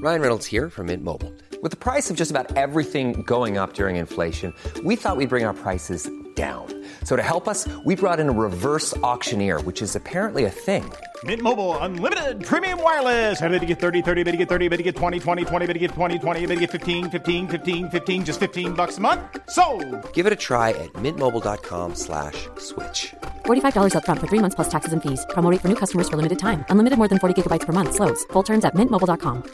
Ryan Reynolds here from Mint Mobile. With the price of just about everything going up during inflation, we thought we'd bring our prices down. So to help us, we brought in a reverse auctioneer, which is apparently a thing. Mint Mobile Unlimited Premium Wireless. How to get 30, 30, bit to get 30, bit to get 20, 20, 20, bit to get 20, 20, bit to get 15, 15, 15, 15, just $15 a month? Sold! Give it a try at mintmobile.com/switch. $45 up front for 3 months plus taxes and fees. Promo rate for new customers for limited time. Unlimited more than 40 gigabytes per month. Slows full terms at mintmobile.com.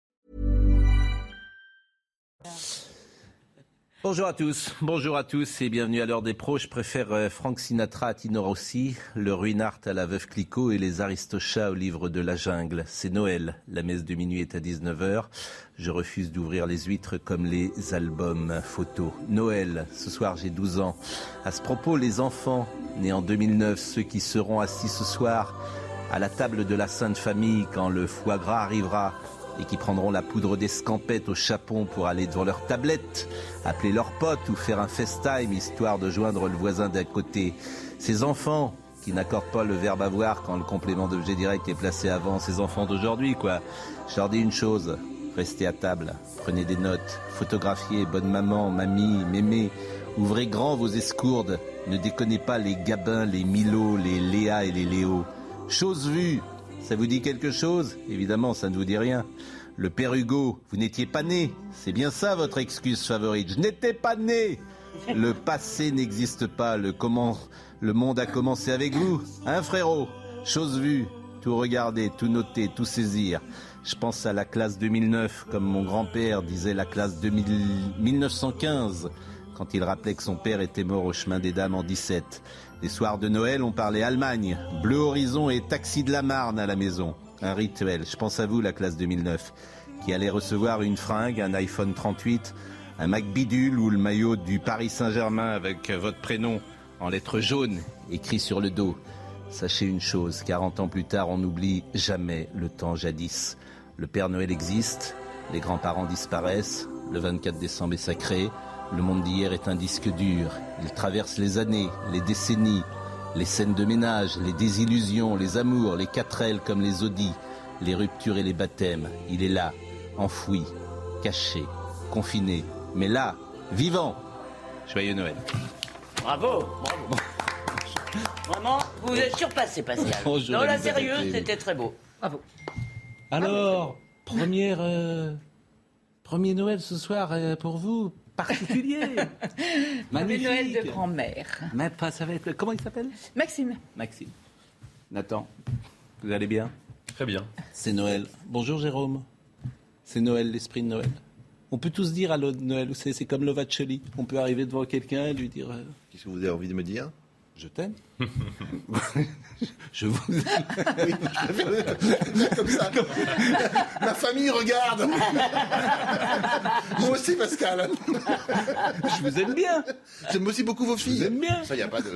Bonjour à tous et bienvenue à l'heure des pros. Je préfère Frank Sinatra à Tino Rossi, le Ruinart à la Veuve Clicquot et les Aristochats au livre de la jungle. C'est Noël, la messe de minuit est à 19h. Je refuse d'ouvrir les huîtres comme les albums photos. Noël, ce soir j'ai 12 ans. À ce propos, les enfants nés en 2009, ceux qui seront assis ce soir à la table de la Sainte Famille quand le foie gras arrivera, et qui prendront la poudre d'escampette au chapon pour aller devant leur tablette, appeler leurs potes ou faire un FaceTime histoire de joindre le voisin d'à côté. Ces enfants qui n'accordent pas le verbe avoir quand le complément d'objet direct est placé avant, ces enfants d'aujourd'hui, quoi. Je leur dis une chose, restez à table, prenez des notes, photographiez bonne maman, mamie, mémé, ouvrez grand vos escourdes, ne déconnez pas les Gabins, les Milo, les Léa et les Léo. Chose vue. Ça vous dit quelque chose ? Évidemment, ça ne vous dit rien. Le père Hugo, vous n'étiez pas né. C'est bien ça votre excuse favorite. Je n'étais pas né. Le passé n'existe pas. Le monde a commencé avec vous. Hein, frérot ? Chose vue. Tout regarder, tout noter, tout saisir. Je pense à la classe 2009, comme mon grand-père disait la classe 1915, quand il rappelait que son père était mort au chemin des Dames en 17. Les soirs de Noël, on parlait Allemagne, Bleu Horizon et Taxi de la Marne à la maison. Un rituel. Je pense à vous, la classe 2009, qui allait recevoir une fringue, un iPhone 38, un Mac bidule ou le maillot du Paris Saint-Germain avec votre prénom en lettres jaunes écrit sur le dos. Sachez une chose, 40 ans plus tard, on n'oublie jamais le temps jadis. Le Père Noël existe, les grands-parents disparaissent, le 24 décembre est sacré. Le monde d'hier est un disque dur. Il traverse les années, les décennies, les scènes de ménage, les désillusions, les amours, les quatrelles comme les audits, les ruptures et les baptêmes. Il est là, enfoui, caché, confiné, mais là, vivant. Joyeux Noël. Bravo. Vraiment, vous vous êtes surpassé, Pascal. Bonjour, non, là, Elisabeth sérieux, Lévy. c'était très beau. Bravo. Alors, premier Noël ce soir pour vous, particulier. Magnifique. Noël de grand-mère. Mais pas, ça va être. Comment il s'appelle ? Maxime. Nathan, vous allez bien ? Très bien. C'est Noël. Bonjour Jérôme. C'est Noël, l'esprit de Noël. On peut tous dire à Noël, vous savez, c'est comme Lovacelli. On peut arriver devant quelqu'un et lui dire... Qu'est-ce que vous avez envie de me dire ? Je t'aime. Je vous aime. Oui, comme ça. Ma famille regarde. Moi aussi, Pascal. Je vous aime bien. J'aime aussi beaucoup vos filles. J'aime bien. Ça, y a pas de...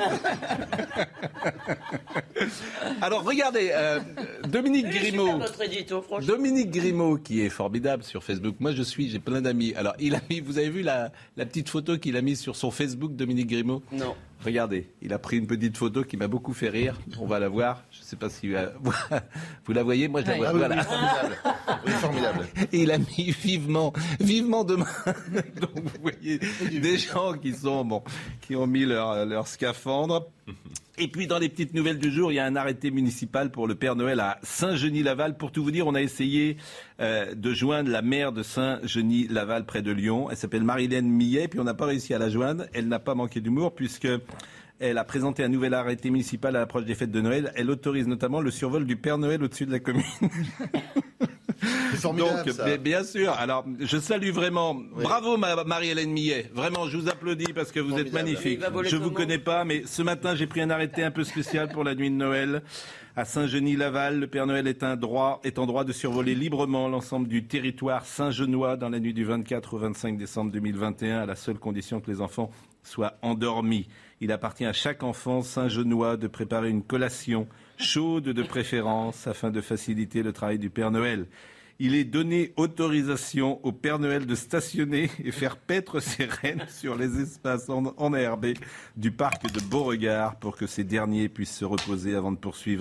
Alors, regardez, Dominique Grimaud. Notre édito, franchement. Dominique Grimaud, qui est formidable sur Facebook. Moi, j'ai plein d'amis. Alors, vous avez vu la petite photo qu'il a mise sur son Facebook, Dominique Grimaud ? Non. Regardez, il a pris une petite photo qui m'a beaucoup fait rire. On va la voir. Je ne sais pas si vous la voyez. Moi, je la vois. Ah oui, voilà. oui, formidable. Oui, formidable. Et il a mis vivement demain. Donc, vous voyez des gens qui ont mis leur scaphandre. Et puis, dans les petites nouvelles du jour, il y a un arrêté municipal pour le Père Noël à Saint-Genis-Laval. Pour tout vous dire, on a essayé de joindre la maire de Saint-Genis-Laval près de Lyon. Elle s'appelle Marilène Millet, puis on n'a pas réussi à la joindre. Elle n'a pas manqué d'humour puisque elle a présenté un nouvel arrêté municipal à l'approche des fêtes de Noël. Elle autorise notamment le survol du Père Noël au-dessus de la commune. C'est formidable, Donc, ça. bien sûr. Alors, je salue vraiment. Oui. Bravo, Marie-Hélène Millet. Vraiment, je vous applaudis parce que vous êtes magnifique. Je vous connais pas, mais ce matin, j'ai pris un arrêté un peu spécial pour la nuit de Noël. À Saint-Genis-Laval, le Père Noël est en droit de survoler librement l'ensemble du territoire saint-genois dans la nuit du 24 au 25 décembre 2021, à la seule condition que les enfants soient endormis. Il appartient à chaque enfant saint-genois de préparer une collation chaude de préférence afin de faciliter le travail du Père Noël. Il est donné autorisation au Père Noël de stationner et faire paître ses rennes sur les espaces enherbés du parc de Beauregard pour que ces derniers puissent se reposer avant de poursuivre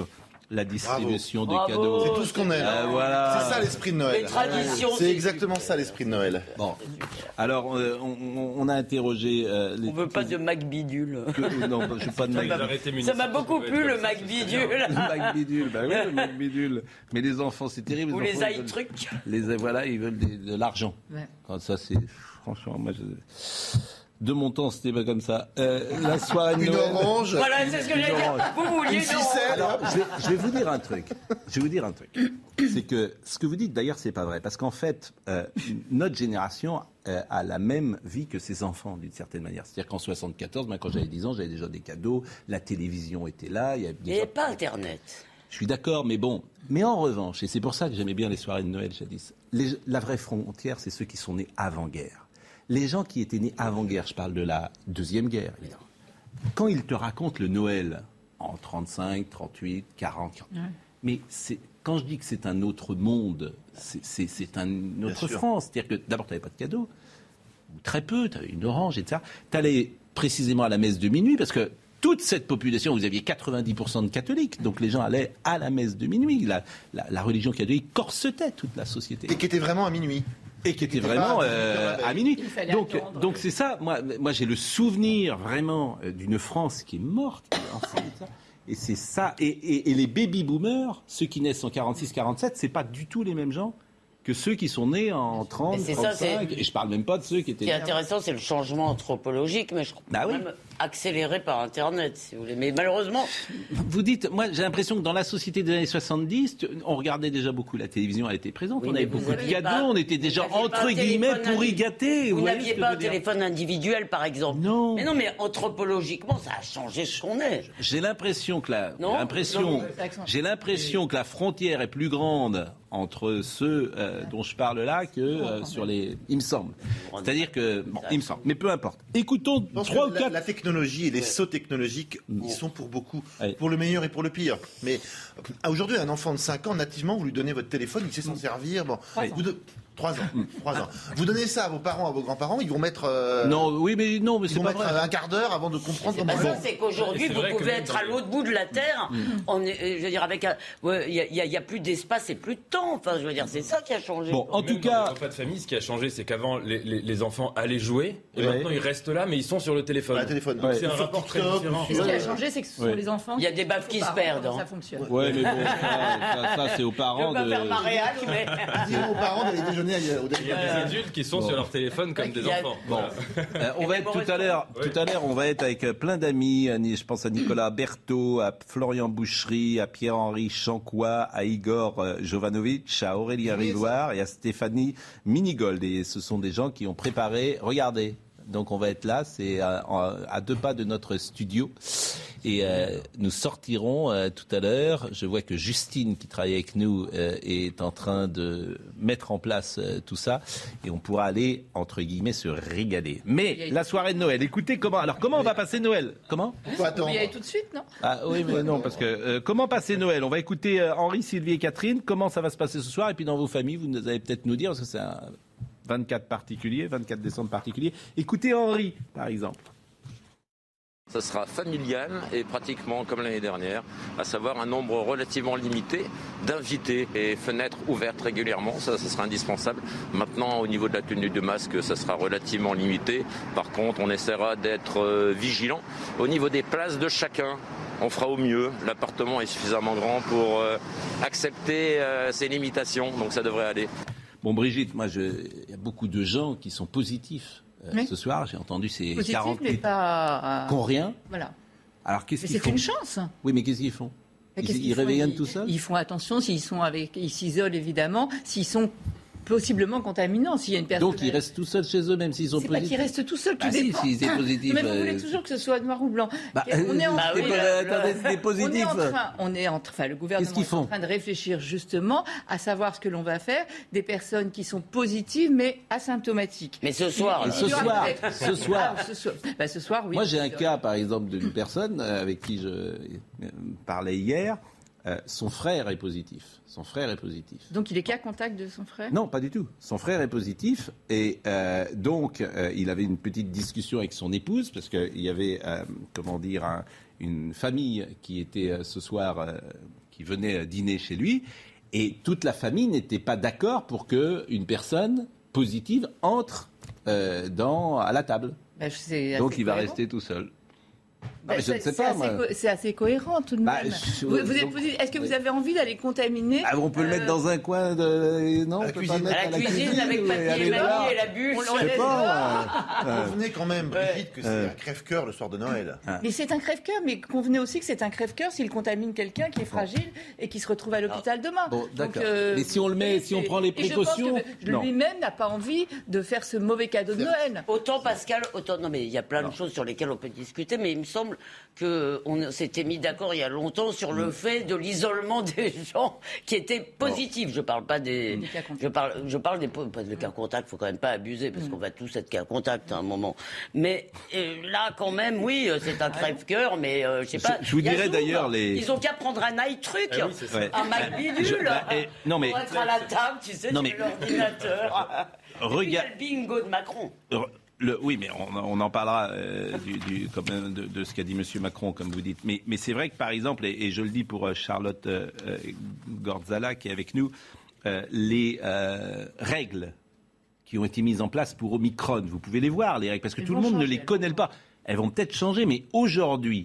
la distribution de Bravo. cadeaux. C'est tout ce qu'on aime. Voilà. C'est ça l'esprit de Noël. Les traditions, C'est c'est exactement ça l'esprit de Noël. Bon, alors on a interrogé. On veut pas de Mac Bidule. Non, je veux pas de Mac. Ça m'a beaucoup plu le Mac Bidule. Le Mac bidule, bah oui, le Mac bidule. Mais les enfants, c'est terrible. Ou les les enfants, trucs. Voilà, ils veulent de l'argent. Ouais. Quand ça, c'est franchement, moi, de mon temps, c'était pas comme ça. La soirée de Une Noël. orange. Voilà, c'est ce que j'allais dire. Vous vouliez Une ficelle. Alors, je vais vous dire un truc. C'est que ce que vous dites, d'ailleurs, c'est pas vrai. Parce qu'en fait, notre génération a la même vie que ses enfants, d'une certaine manière. C'est-à-dire qu'en 74, moi, quand j'avais 10 ans, j'avais déjà des cadeaux. La télévision était là. Il y avait Il n'y avait pas Internet. Je suis d'accord, mais bon. Mais en revanche, et c'est pour ça que j'aimais bien les soirées de Noël jadis, la vraie frontière, c'est ceux qui sont nés avant-guerre. Les gens qui étaient nés avant-guerre, je parle de la Deuxième Guerre, évidemment. Quand ils te racontent le Noël en 35, 38, 40, mais quand je dis que c'est un autre monde, c'est une autre France. C'est-à-dire que d'abord, tu n'avais pas de cadeaux, ou très peu, tu avais une orange, etc. Tu allais précisément à la messe de minuit, parce que toute cette population, vous aviez 90% de catholiques, donc les gens allaient à la messe de minuit. La religion catholique corsetait toute la société. Et qui était vraiment à minuit. Et qui était vraiment à minuit. Donc c'est ça, moi j'ai le souvenir vraiment d'une France qui est morte, qui est enceinte, et c'est ça. Et les baby-boomers, ceux qui naissent en 46-47, c'est pas du tout les mêmes gens que ceux qui sont nés en 30, 35, et je parle même pas de ceux qui étaient... Ce qui est intéressant, c'est le changement anthropologique, mais je crois même accéléré par Internet, si vous voulez. Mais malheureusement... Vous dites, moi j'ai l'impression que dans la société des années 70, on regardait déjà beaucoup la télévision, elle était présente, on avait beaucoup de cadeaux, on était déjà entre guillemets pourri gâtés. Vous n'aviez pas un téléphone individuel, par exemple. Non. Mais non, mais anthropologiquement, ça a changé ce qu'on est. J'ai l'impression que la frontière est plus grande entre ceux dont je parle là que sur les... Il me semble. C'est-à-dire que... Bon, il me semble. Mais peu importe. Écoutons 3 ou 4... La technologie et les sauts technologiques, ils sont pour beaucoup. Pour le meilleur et pour le pire. Mais aujourd'hui, un enfant de 5 ans, nativement, vous lui donnez votre téléphone, il sait s'en servir. Bon, 3 ans. Vous donnez ça à vos parents, à vos grands-parents, ils vont mettre... mais ils vont mettre un quart d'heure avant de comprendre comment... C'est qu'aujourd'hui, vous pouvez être à l'autre bout de la Terre. Je veux dire, il n'y a plus d'espace et plus de temps. Enfin, je veux dire, c'est ça qui a changé. Bon, en tout cas... Dans les repas de famille, ce qui a changé, c'est qu'avant, les enfants allaient jouer, et maintenant, ils restent là, mais ils sont sur le téléphone. Donc, c'est un rapport très différent. Et ce qui a changé, c'est que ce sont les enfants... Il y a des baves qui se perdent. Ça fonctionne. Ouais, mais bon, ça c'est aux parents de... Je ne veux pas faire ma réac, mais... Dis aux parents d'aller déjeuner Il y a des adultes qui sont sur leur téléphone comme des enfants. Bon. On va être tout à l'heure, on va être avec plein d'amis. Je pense à Nicolas Berthaud, à Florian Boucherie, à Pierre-Henri Chancois, à Igor Jovanovic, à Aurélien Rivoire et à Stéphanie Minigold. Et ce sont des gens qui ont préparé. Regardez. Donc on va être là, c'est à 2 pas de notre studio. Et nous sortirons tout à l'heure. Je vois que Justine, qui travaille avec nous, est en train de mettre en place tout ça. Et on pourra aller, entre guillemets, se régaler. Mais la soirée de Noël, écoutez comment on va passer Noël? Comment? Vous y allez tout de suite, non? Ah oui, mais non, parce que comment passer Noël? On va écouter Henri, Sylvie et Catherine. Comment ça va se passer ce soir? Et puis dans vos familles, vous allez peut-être nous dire, parce que c'est un 24 décembre particulier. Écoutez Henri, par exemple. Ça sera familial et pratiquement comme l'année dernière, à savoir un nombre relativement limité d'invités et fenêtres ouvertes régulièrement, ça sera indispensable. Maintenant, au niveau de la tenue de masque, ça sera relativement limité. Par contre, on essaiera d'être vigilant. Au niveau des places de chacun, on fera au mieux. L'appartement est suffisamment grand pour accepter ces limitations, donc ça devrait aller. Bon, Brigitte, il y a beaucoup de gens qui sont positifs ce soir. J'ai entendu ces 40 mais pas... qui n'ont rien. Voilà. Alors, qu'est-ce qu'ils font? C'est une chance. Oui, mais qu'est-ce qu'ils font? Ils réveillent tout seuls? Ils font attention ils s'isolent évidemment, s'ils sont possiblement contaminants. S'il y a une personne... Donc ils restent tout seuls chez eux, même s'ils sont positifs. C'est pas qu'ils restent tout seuls, tout dépend. Si, s'ils sont positifs. Mais vous voulez toujours que ce soit noir ou blanc. Attendez, positif. Le gouvernement est en train de réfléchir justement à savoir ce que l'on va faire des personnes qui sont positives mais asymptomatiques. Mais ce soir, ce soir, oui. Moi, j'ai un cas, par exemple, d'une personne avec qui je parlais hier. Son frère est positif. Donc il est cas contact de son frère? Non, pas du tout. Son frère est positif et donc il avait une petite discussion avec son épouse parce qu'il y avait, une famille qui était ce soir, qui venaient dîner chez lui, et toute la famille n'était pas d'accord pour qu'une personne positive entre à la table. Donc il va rester tout seul. Je ne sais pas, c'est assez cohérent tout de même. Est-ce que vous avez envie d'aller contaminer on peut le mettre dans un coin de... Non, à la cuisine avec papier et mamie et la bûche. On le laisse dehors. Convenez quand même, Brigitte, que c'est un crève-cœur le soir de Noël. Mais c'est un crève-cœur, mais convenez aussi que c'est un crève-cœur s'il contamine quelqu'un qui est fragile et qui se retrouve à l'hôpital demain. Bon, d'accord. Mais si on prend les précautions... Je pense que lui-même n'a pas envie de faire ce mauvais cadeau de Noël. Autant Pascal, non mais il y a plein de choses sur lesquelles on peut discuter, mais il me semble qu'on s'était mis d'accord il y a longtemps sur le fait de l'isolement des gens qui étaient positifs. Je parle pas des cas des cas contacts. Faut quand même pas abuser parce qu'on va tous être cas contacts à un moment. Mais là quand même, oui, c'est un crève-cœur, mais je sais pas. Je vous dirais d'ailleurs ils ont qu'à prendre un iTruc, un Mac bidule, pour être à la table, tu sais, sur l'ordinateur. Regarde le bingo de Macron. Oui, mais on en parlera de ce qu'a dit M. Macron, comme vous dites. Mais c'est vrai que, par exemple, et je le dis pour Charlotte Gordzala, qui est avec nous, les règles qui ont été mises en place pour Omicron, vous pouvez les voir, les règles, parce que tout le monde ne les connaît pas. Elles vont peut-être changer, mais aujourd'hui,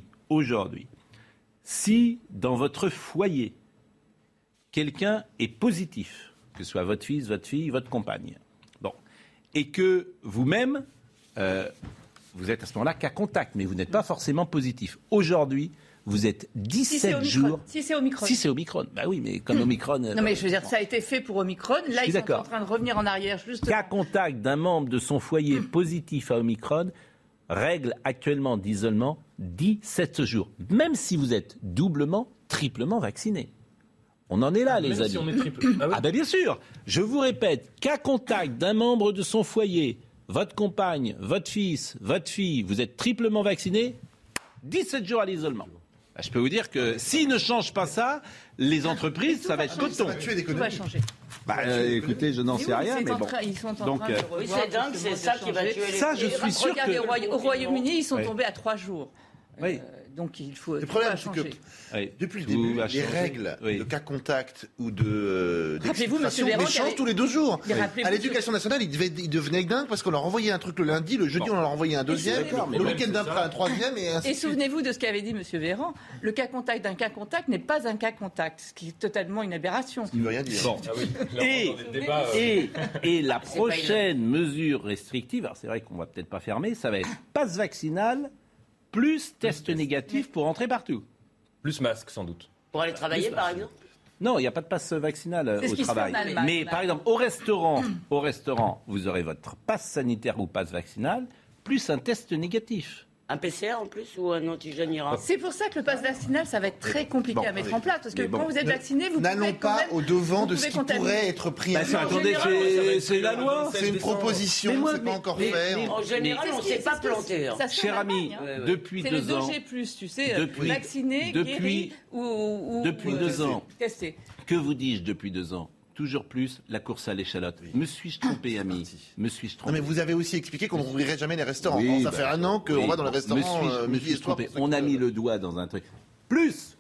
si dans votre foyer, quelqu'un est positif, que ce soit votre fils, votre fille, votre compagne, et que vous-même, vous êtes à ce moment-là cas contact, mais vous n'êtes pas forcément positif. Aujourd'hui, vous êtes 17 jours... Si c'est Omicron. Si c'est Omicron. Bah oui, mais comme Omicron... Non, mais je veux dire, ça a été fait pour Omicron. Là, ils sont en train de revenir en arrière. Justement. Cas contact d'un membre de son foyer positif à Omicron, règle actuellement d'isolement 17 jours. Même si vous êtes doublement, triplement vacciné. On en est là, les amis. Si on est triple. Ah ben bien sûr. Je vous répète, cas contact d'un membre de son foyer, votre compagne, votre fils, votre fille, vous êtes triplement vacciné, 17 jours à l'isolement. Je peux vous dire que s'ils ne changent pas ça, les entreprises, ça va être coton. Ça va tuer l'économie. Tout va changer. Écoutez, je n'en sais rien, mais bon. Ils sont en train de oui, c'est dingue, c'est ça qui va tuer les... Ça, je suis sûr que... Regardez, au Royaume-Uni, ils sont tombés à 3 jours. Oui. Donc il faut. Le problème, c'est que depuis le début, les règles de cas contact ou d'exfiltration changent tous les 2 jours. À l'Éducation nationale, ils devenaient dingues parce qu'on leur envoyait un truc le lundi, le jeudi, on leur envoyait un deuxième, le week-end d'après un troisième. Et souvenez-vous de ce qu'avait dit M. Véran. Le cas contact d'un cas contact n'est pas un cas contact, ce qui est totalement une aberration. Il ne veut rien dire. Bon. Et la prochaine mesure restrictive, alors c'est vrai qu'on va peut-être pas fermer, ça va être passe vaccinal. Plus test négatif pour entrer partout. Plus masque, sans doute. Pour aller travailler, par exemple ? Non, il n'y a pas de passe vaccinal au travail. Mais par exemple, au restaurant, vous aurez votre passe sanitaire ou passe vaccinal, plus un test négatif. Un PCR en plus ou un antigène ira ? C'est pour ça que le pass vaccinal, ça va être très compliqué à mettre en place. Parce que quand vous êtes vacciné, vous n'allons pas au-devant de ce qui pourrait être pris. Attendez, c'est la loi. C'est une proposition, c'est pas encore fait. En général, on ne s'est pas planté. Cher ami, depuis 2 ans... C'est le 2G+, tu sais, vacciné, guéri ou... Depuis 2 ans. Testé. Que vous dis-je depuis 2 ans ? Toujours plus la course à l'échalote. Me suis-je trompé, ami ? Me suis-je trompé ? Non, mais vous avez aussi expliqué qu'on n'ouvrirait jamais les restaurants. Oui, ça fait 1 an qu'on va dans les restaurants. Me suis-je trompé ? On a mis le doigt dans un truc. Plus.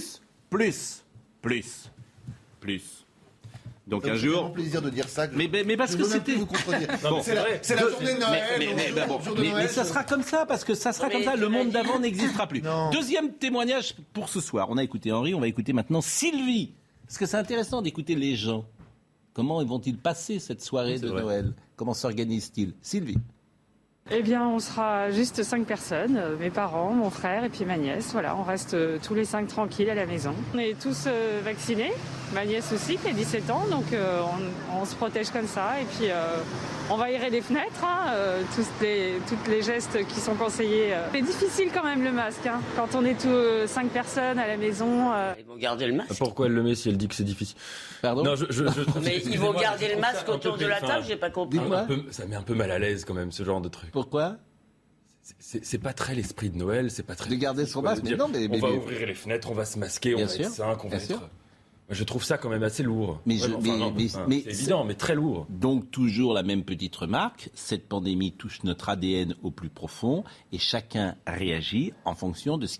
Donc un jour. C'est un plaisir de dire ça. Mais parce que c'était. C'est la journée de Noël. Mais ça sera comme ça parce que ça sera comme ça. Le monde d'avant n'existera plus. Deuxième témoignage pour ce soir. On a écouté Henri. On va écouter maintenant Sylvie. Parce que c'est intéressant d'écouter les gens. Comment vont-ils passer cette soirée de Noël ? Comment s'organisent-ils ? Sylvie. Eh bien, on sera juste 5 personnes, mes parents, mon frère et puis ma nièce. Voilà, on reste tous les 5 tranquilles à la maison. On est tous vaccinés, ma nièce aussi qui a 17 ans, donc on se protège comme ça. Et puis on va aérer les fenêtres, tous les gestes qui sont conseillés. C'est difficile quand même le masque, quand on est tous 5 personnes à la maison. Ils vont garder le masque. Pourquoi elle le met si elle dit que c'est difficile ? Pardon ? Non, mais ils vont garder le masque autour de la table, j'ai pas compris. Ça met un peu mal à l'aise quand même, ce genre de truc. Pourquoi ? C'est pas très l'esprit de Noël, c'est pas très... De garder son masque, mais non, mais... On va ouvrir les fenêtres, on va se masquer, on va être 5, on va être... Je trouve ça quand même assez lourd. C'est évident, mais très lourd. Donc toujours la même petite remarque, cette pandémie touche notre ADN au plus profond et chacun réagit en fonction de ce qu'il est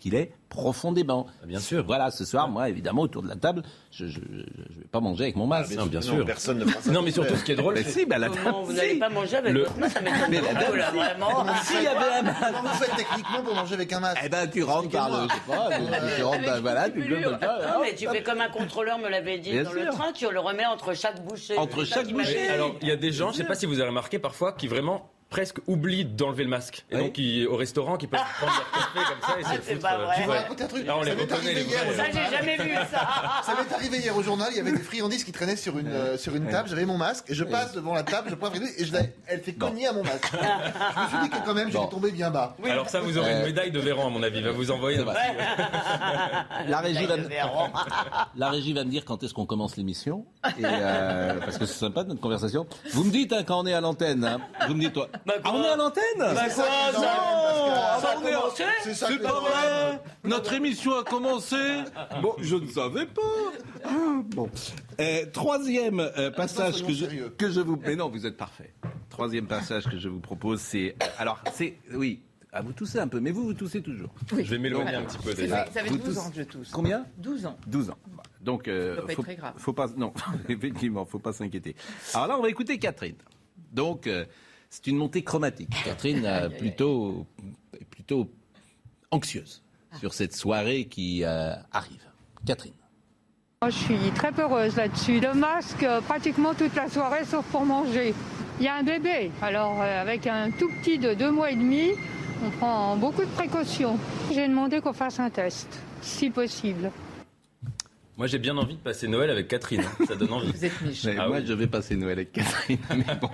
profondément. Bien sûr. Voilà, ce soir, moi, évidemment, autour de la table, je ne vais pas manger avec mon masque. Bien sûr. Personne ne fera ça. Non, mais surtout, ce qui est drôle, vous n'allez pas manger avec votre masque, ça m'étonne beaucoup, là, vraiment. S'il y avait un masque. Comment vous faites techniquement pour manger avec un masque? Eh ben, tu rentres par le, je sais pas, tu rentres, voilà, tu gueules comme ça. Non, mais tu fais comme un contrôleur me l'avait dit dans le train, tu le remets entre chaque bouchée. Entre chaque bouchée. Alors, il y a des gens, je ne sais pas si vous avez remarqué parfois, qui vraiment presque oublient d'enlever le masque. Et donc, au restaurant, qui peuvent prendre leur café comme ça et se c'est foutre. pas vrai. Je vais vous raconter un truc. Ah, on les reconnaît, les vrais. Ça, j'ai jamais vu ça. Ça m'est arrivé hier au journal, il y avait des friandises qui traînaient sur une table, j'avais mon masque, et je passe devant la table, je prends la friandise, et elle fait cogner à mon masque. Je me suis dit que quand même, j'étais tombé bien bas. Oui. Alors ça, vous aurez une médaille de Véran, à mon avis. Il va vous envoyer. La régie va me dire quand est-ce qu'on commence l'émission. Parce que c'est sympa notre conversation. Vous me dites quand on est à l'antenne. Hein. Vous me dites toi. On est à l'antenne. Bah quoi, non, ça a commencé. C'est pas vrai. Notre émission a commencé. Bon, je ne savais pas. Bon. Troisième passage que je vous... Mais non, vous êtes parfait. Troisième passage que je vous propose, c'est... Alors, c'est... Oui. Ah, vous toussez un peu, mais vous toussez toujours. Oui. Je vais m'éloigner un petit peu déjà. Ça fait 12 ans que je tousse. Combien ? 12 ans. 12 ans. Donc, ça doit pas être très grave. Faut pas... Non, effectivement, faut pas s'inquiéter. Alors là, on va écouter Catherine. Donc... c'est une montée chromatique. Catherine plutôt anxieuse sur cette soirée qui arrive. Catherine. Moi, je suis très peureuse là-dessus. Le masque, pratiquement toute la soirée, sauf pour manger. Il y a un bébé, alors avec un tout petit de 2 mois et demi, on prend beaucoup de précautions. J'ai demandé qu'on fasse un test, si possible. Moi, j'ai bien envie de passer Noël avec Catherine. Hein. Ça donne envie. Vous êtes méchant. Moi, je vais passer Noël avec Catherine, mais bon.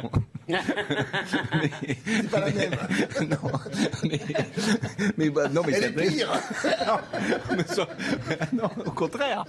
C'est pas la même. Non, mais elle est pire. Non, au contraire.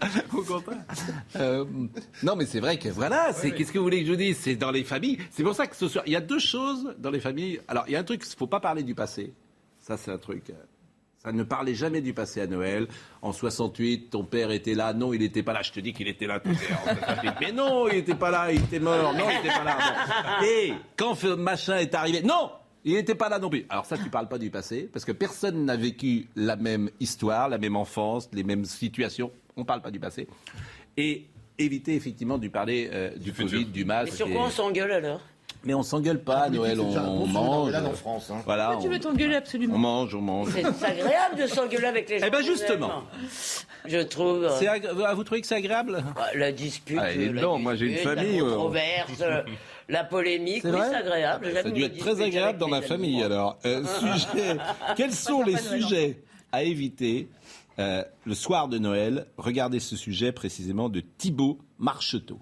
Non, mais c'est vrai que voilà. Qu'est-ce que vous voulez que je vous dise ? C'est dans les familles. C'est pour ça que ce soir, il y a deux choses dans les familles. Alors, il y a un truc, il ne faut pas parler du passé. Ça, c'est un truc. Ça ne parlait jamais du passé à Noël. En 68, ton père était là. Non, il n'était pas là. Je te dis qu'il était là. Mais non, il n'était pas là. Il était mort. Non, il n'était pas là. Bon. Et quand machin est arrivé, non, il n'était pas là non plus. Alors ça, tu ne parles pas du passé, parce que personne n'a vécu la même histoire, la même enfance, les mêmes situations. On ne parle pas du passé. Et éviter effectivement de parler du Covid, du masque. Mais sur quoi on s'engueule alors ? Mais on s'engueule pas à Noël, on mange. Là, en France, hein. Voilà, Pourquoi tu veux t'engueuler absolument ? On mange. C'est agréable de s'engueuler avec les gens. Eh ben justement. Je trouve. Vous trouvez que c'est agréable ? La dispute. Moi j'ai une famille. La controverse, la polémique, c'est agréable. Ça a dû être très agréable dans ma famille alors. Quels sont les sujets à éviter le soir de Noël ? Regardez ce sujet précisément de Thibaut Marcheteau.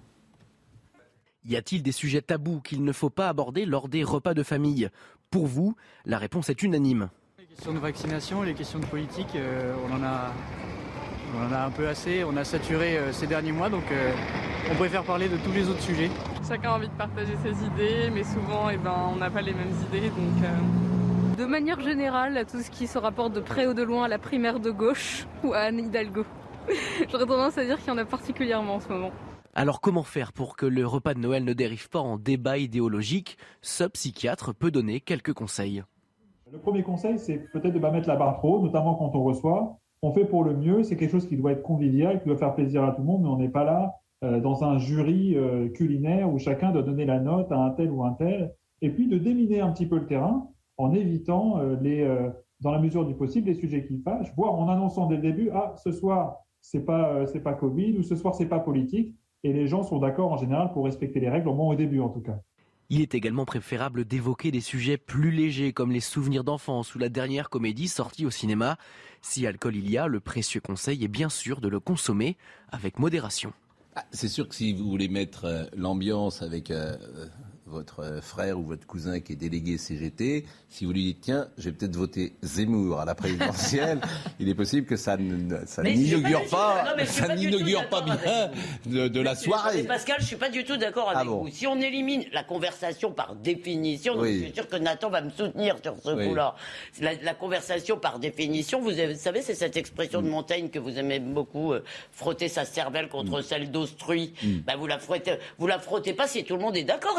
Y a-t-il des sujets tabous qu'il ne faut pas aborder lors des repas de famille ? Pour vous, la réponse est unanime. Les questions de vaccination, les questions de politique, on en a un peu assez. On a saturé ces derniers mois, donc on préfère parler de tous les autres sujets. Chacun a envie de partager ses idées, mais souvent on n'a pas les mêmes idées. Donc, De manière générale, à tout ce qui se rapporte de près ou de loin à la primaire de gauche ou à Anne Hidalgo. J'aurais tendance à dire qu'il y en a particulièrement en ce moment. Alors comment faire pour que le repas de Noël ne dérive pas en débat idéologique ? Ce psychiatre peut donner quelques conseils. Le premier conseil, c'est peut-être de ne pas mettre la barre trop haut, notamment quand on reçoit. On fait pour le mieux, c'est quelque chose qui doit être convivial, qui doit faire plaisir à tout le monde, mais on n'est pas là dans un jury culinaire où chacun doit donner la note à un tel ou un tel. Et puis de déminer un petit peu le terrain en évitant, dans la mesure du possible, les sujets qui fâchent, voire en annonçant dès le début, ce soir, c'est pas Covid, ou ce soir, c'est pas politique. Et les gens sont d'accord en général pour respecter les règles, au moins au début en tout cas. Il est également préférable d'évoquer des sujets plus légers comme les souvenirs d'enfance ou la dernière comédie sortie au cinéma. Si alcool il y a, le précieux conseil est bien sûr de le consommer avec modération. C'est sûr que si vous voulez mettre l'ambiance avec votre frère ou votre cousin qui est délégué CGT, si vous lui dites tiens, je vais peut-être voter Zemmour à la présidentielle, il est possible que ça n'inaugure pas bien de la soirée. Mais Pascal, je suis pas du tout d'accord avec vous. Si on élimine la conversation par définition, donc je suis sûr que Nathan va me soutenir sur ce coup-là. La conversation par définition, vous savez, c'est cette expression de Montaigne que vous aimez beaucoup, frotter sa cervelle contre celle d'autrui. Vous la frottez pas si tout le monde est d'accord. Il n'y a rien de plus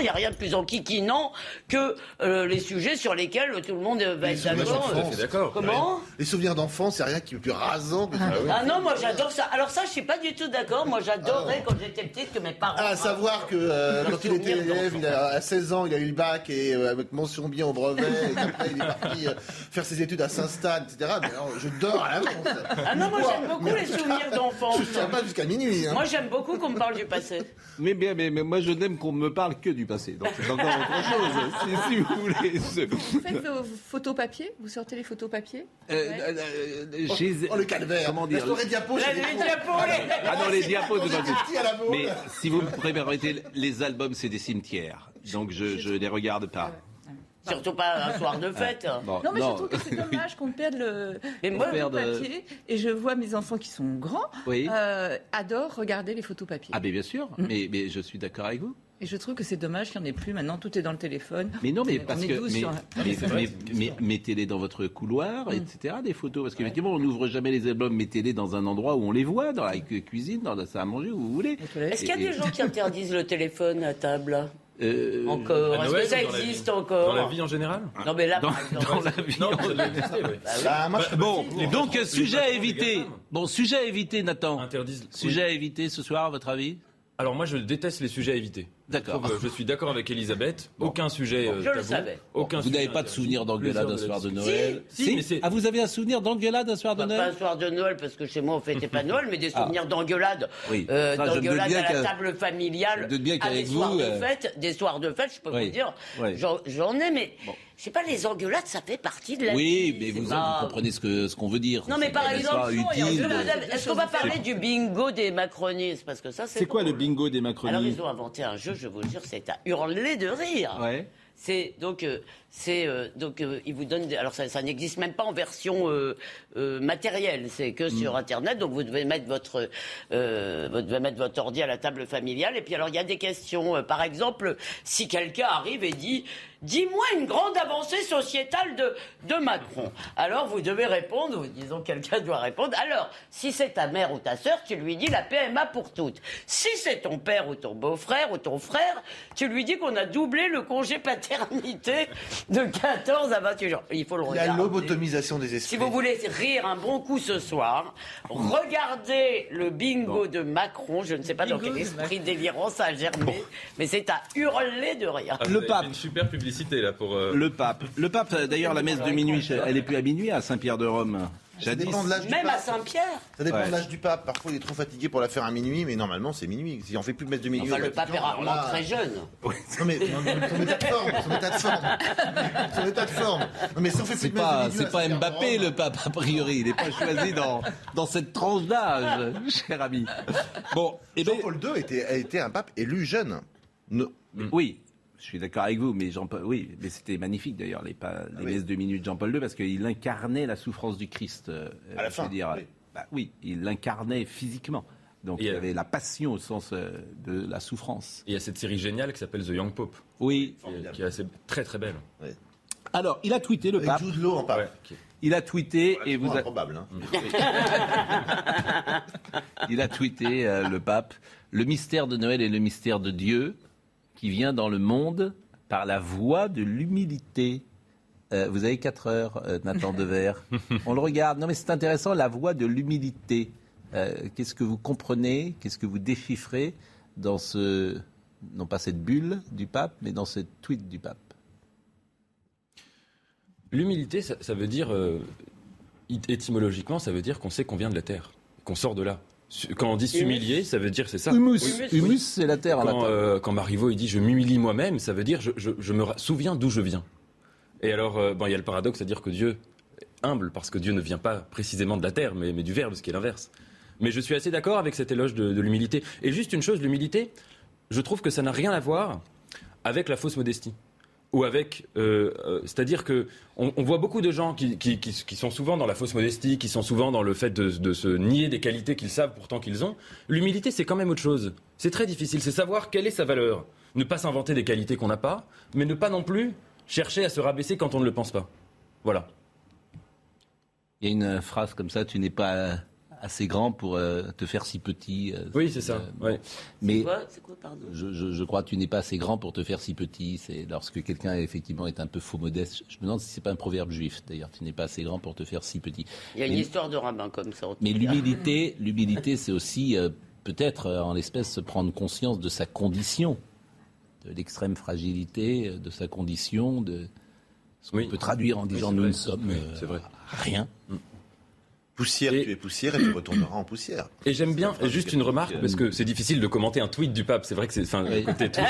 plus enquiquinants que les sujets sur lesquels tout le monde va être d'accord. Comment ? Les souvenirs d'enfance, c'est rien qui est plus rasant que ça. Ah non, moi j'adore ça. Alors ça, je suis pas du tout d'accord. Moi j'adorais quand j'étais petite que mes parents... À savoir que quand il était élève, à 16 ans, il a eu le bac et avec mention bien au brevet, et qu'après il est parti faire ses études à Saint-Stan, etc. Mais alors, je dors à l'avance. Ah non, moi j'aime beaucoup les souvenirs d'enfance. Je ne tiens pas jusqu'à minuit. Moi j'aime beaucoup qu'on me parle du passé. Mais moi je n'aime qu'on me parle que du passé. Donc c'est encore autre chose, si vous voulez. Vous faites vos photos papier ? Vous sortez les photos papier ? Le calvaire. Comment dire ? Les diapos. Ah non, les diapos de mais si vous me permettez, les albums, c'est des cimetières. Donc je les regarde pas. Surtout pas un soir de fête. Non, mais je trouve que c'est dommage qu'on perde le papier. Et je vois mes enfants qui sont grands adorent regarder les photos papier. Ah, mais bien sûr. Mais je suis d'accord avec vous. Et je trouve que c'est dommage qu'il n'y en ait plus. Maintenant, tout est dans le téléphone. Mais non, mais parce que mettez-les dans votre couloir, etc. Des photos, parce qu'effectivement, on n'ouvre jamais les albums. Mettez-les dans un endroit où on les voit, dans la cuisine, dans la salle à manger, où vous voulez. Est-ce qu'il y a des gens qui interdisent le téléphone à table ? Encore. Est-ce que ça existe encore ? Dans la vie en général ? Non, mais là, dans la vie. Bon, donc sujet à éviter. Bon, sujet à éviter, Nathan. Sujet à éviter ce soir, à votre avis ? Alors moi, je déteste les sujets à éviter. D'accord. Je suis d'accord avec Elisabeth. Aucun sujet je le savais. Vous n'avez pas de souvenir d'engueulade un soir de Noël ? Si. Ah, vous avez un souvenir d'engueulade un soir de Noël ? Pas un soir de Noël, parce que chez moi, on fêtait pas Noël, mais des souvenirs d'engueulade. D'engueulade à la table familiale, à des soirs de fête. Des soirs de fête, je peux vous dire. J'en ai, mais... Je sais pas, les engueulades, ça fait partie de la vie. Oui, mais vous comprenez ce qu'on veut dire. Non, mais par exemple, est-ce qu'on va parler du bingo des macronistes ? Parce que ça, c'est quoi le bingo des macronistes ? Alors, ils ont inventé un jeu, je vous jure, c'est à hurler de rire. Ouais. Ils vous donnent alors ça n'existe même pas en version matérielle, c'est que sur Internet. Donc vous devez mettre votre ordi à la table familiale. Et puis alors il y a des questions. Par exemple, si quelqu'un arrive et dit dis-moi une grande avancée sociétale de Macron. Alors vous devez répondre, ou disons quelqu'un doit répondre. Alors, si c'est ta mère ou ta sœur, tu lui dis la PMA pour toutes. Si c'est ton père ou ton beau-frère ou ton frère, tu lui dis qu'on a doublé le congé paternité de 14 à 28 jours. Il faut le regarder. La lobotomisation des esprits. Si vous voulez rire un bon coup ce soir, regardez le bingo de Macron. Je ne sais pas dans quel esprit délirant ça a germé, mais c'est à hurler de rire. Le pape. Une super publicité là pour. Le pape, d'ailleurs, la messe de minuit, elle est plus à minuit à Saint-Pierre de Rome. Ça dépend de l'âge du Même pape. à Saint-Pierre. Ça dépend de l'âge du pape. Parfois, il est trop fatigué pour la faire à minuit, mais normalement, c'est minuit. Si on fait plus de messe de minuit. Enfin, le pape est rarement très jeune. Oui. Non, mais son état de forme. Non, mais si on fait plus de messe de minuit. C'est pas Mbappé, le pape, a priori. Il n'est pas choisi dans cette tranche d'âge, cher ami. Bon, Jean-Paul II a été un pape élu jeune. Oui. Je suis d'accord avec vous, mais mais c'était magnifique d'ailleurs les messes de minuit de Jean-Paul II parce qu'il incarnait la souffrance du Christ. À la fin. Il l'incarnait physiquement. Donc il y avait la passion au sens de la souffrance. Et il y a cette série géniale qui s'appelle The Young Pope. Oui. Qui est assez, très très belle. Oui. Alors, il a tweeté le pape. Avec Jude Law en pape. Il a tweeté et vous improbable. Il a tweeté le pape. Le mystère de Noël est le mystère de Dieu qui vient dans le monde par la voie de l'humilité. Vous avez 4 heures, Nathan Dever. On le regarde. Non, mais c'est intéressant, la voie de l'humilité. Qu'est-ce que vous comprenez, qu'est-ce que vous déchiffrez dans non pas cette bulle du pape, mais dans ce tweet du pape? L'humilité, ça veut dire, étymologiquement, ça veut dire qu'on sait qu'on vient de la terre, qu'on sort de là. Quand on dit s'humilier, ça veut dire c'est ça. Humus, c'est la terre. Quand Marivaux il dit je m'humilie moi-même, ça veut dire je me souviens d'où je viens. Et alors, il y a le paradoxe à dire que Dieu est humble, parce que Dieu ne vient pas précisément de la terre, mais du verbe, ce qui est l'inverse. Mais je suis assez d'accord avec cet éloge de l'humilité. Et juste une chose, l'humilité, je trouve que ça n'a rien à voir avec la fausse modestie. Ou avec, c'est-à-dire que on voit beaucoup de gens qui sont souvent dans la fausse modestie, qui sont souvent dans le fait de se nier des qualités qu'ils savent pourtant qu'ils ont. L'humilité, c'est quand même autre chose. C'est très difficile. C'est savoir quelle est sa valeur. Ne pas s'inventer des qualités qu'on n'a pas, mais ne pas non plus chercher à se rabaisser quand on ne le pense pas. Voilà. Il y a une phrase comme ça, tu n'es pas assez grand pour te faire si petit. Oui, c'est ça. Ouais. Mais c'est quoi, pardon ? je crois que tu n'es pas assez grand pour te faire si petit. C'est lorsque quelqu'un effectivement est un peu faux modeste. Je me demande si c'est pas un proverbe juif. D'ailleurs, tu n'es pas assez grand pour te faire si petit. Il y a une histoire de rabbin comme ça. Mais l'humilité, c'est aussi peut-être en l'espèce se prendre conscience de sa condition, de l'extrême fragilité, de sa condition, de ce qu'on peut traduire en disant nous ne sommes rien. Poussière, tu es poussière et tu retourneras en poussière. Et j'aime bien, juste une remarque, parce que c'est difficile de commenter un tweet du pape. C'est vrai que c'est. Enfin, écoutez, tous.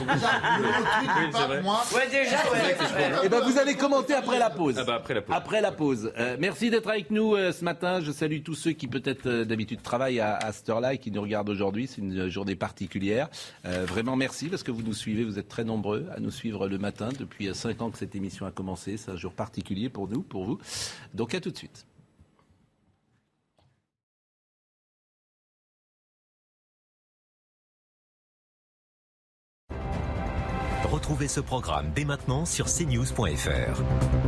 Ouais, déjà, Et ben, vous allez commenter après la pause. Ah bah, après la pause. Après la pause. Merci d'être avec nous ce matin. Je salue tous ceux qui, peut-être, d'habitude, travaillent à cette heure-là et qui nous regardent aujourd'hui. C'est une journée particulière. Vraiment, merci parce que vous nous suivez. Vous êtes très nombreux à nous suivre le matin. Depuis 5 ans que cette émission a commencé. C'est un jour particulier pour nous, pour vous. Donc, à tout de suite. Retrouvez ce programme dès maintenant sur cnews.fr.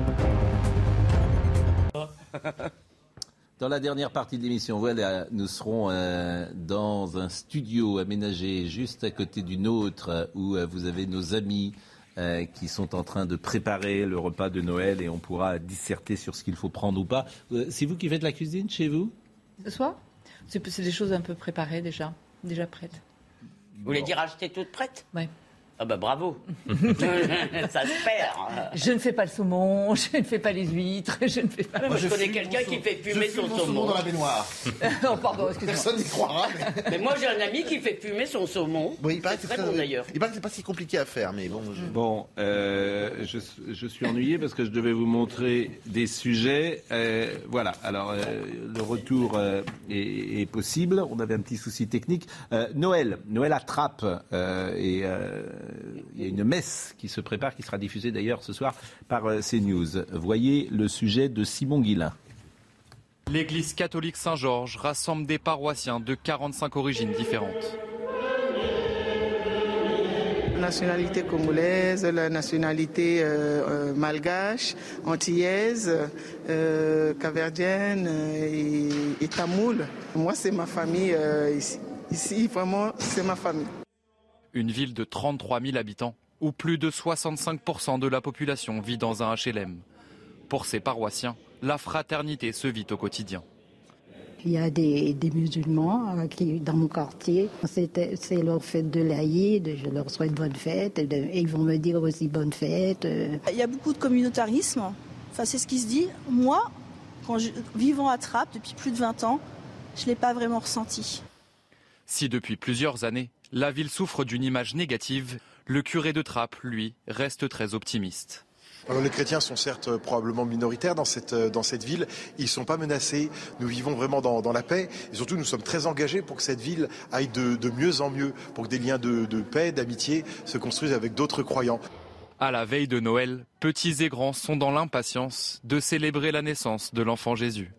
Dans la dernière partie de l'émission, voilà, nous serons dans un studio aménagé juste à côté du nôtre où vous avez nos amis qui sont en train de préparer le repas de Noël et on pourra disserter sur ce qu'il faut prendre ou pas. C'est vous qui faites la cuisine chez vous ? Ce soir ? C'est des choses un peu préparées déjà prêtes. Vous voulez dire acheter toutes prêtes ? Oui. Ah bah bravo. Ça se perd. Je ne fais pas le saumon, je ne fais pas les huîtres, je ne fais pas... Moi, je connais quelqu'un qui fait fumer son saumon dans la baignoire. Oh, pardon, excusez-moi. Personne n'y croira. Mais moi, j'ai un ami qui fait fumer son saumon. Oui, il paraît que c'est très bon d'ailleurs. Il paraît que c'est pas si compliqué à faire, mais bon. Je suis ennuyé parce que je devais vous montrer des sujets. Voilà, alors le retour est possible. On avait un petit souci technique. Noël à Trappes et... il y a une messe qui se prépare, qui sera diffusée d'ailleurs ce soir par CNews. Voyez le sujet de Simon Guillain. L'église catholique Saint-Georges rassemble des paroissiens de 45 origines différentes. La nationalité congolaise, la nationalité malgache, antillaise, capverdienne et tamoule. Moi, c'est ma famille ici. Ici, vraiment, c'est ma famille. Une ville de 33 000 habitants, où plus de 65% de la population vit dans un HLM. Pour ces paroissiens, la fraternité se vit au quotidien. Il y a des musulmans qui, dans mon quartier, c'est leur fête de l'Aïd, je leur souhaite bonne fête, et ils vont me dire aussi bonne fête. Il y a beaucoup de communautarisme, enfin, c'est ce qui se dit. Moi, vivant à Trappes depuis plus de 20 ans, je ne l'ai pas vraiment ressenti. Si depuis plusieurs années, la ville souffre d'une image négative, le curé de Trappes, lui, reste très optimiste. Alors, les chrétiens sont certes probablement minoritaires dans cette ville. Ils ne sont pas menacés. Nous vivons vraiment dans la paix. Et surtout, nous sommes très engagés pour que cette ville aille de mieux en mieux, pour que des liens de paix, d'amitié se construisent avec d'autres croyants. À la veille de Noël, petits et grands sont dans l'impatience de célébrer la naissance de l'enfant Jésus.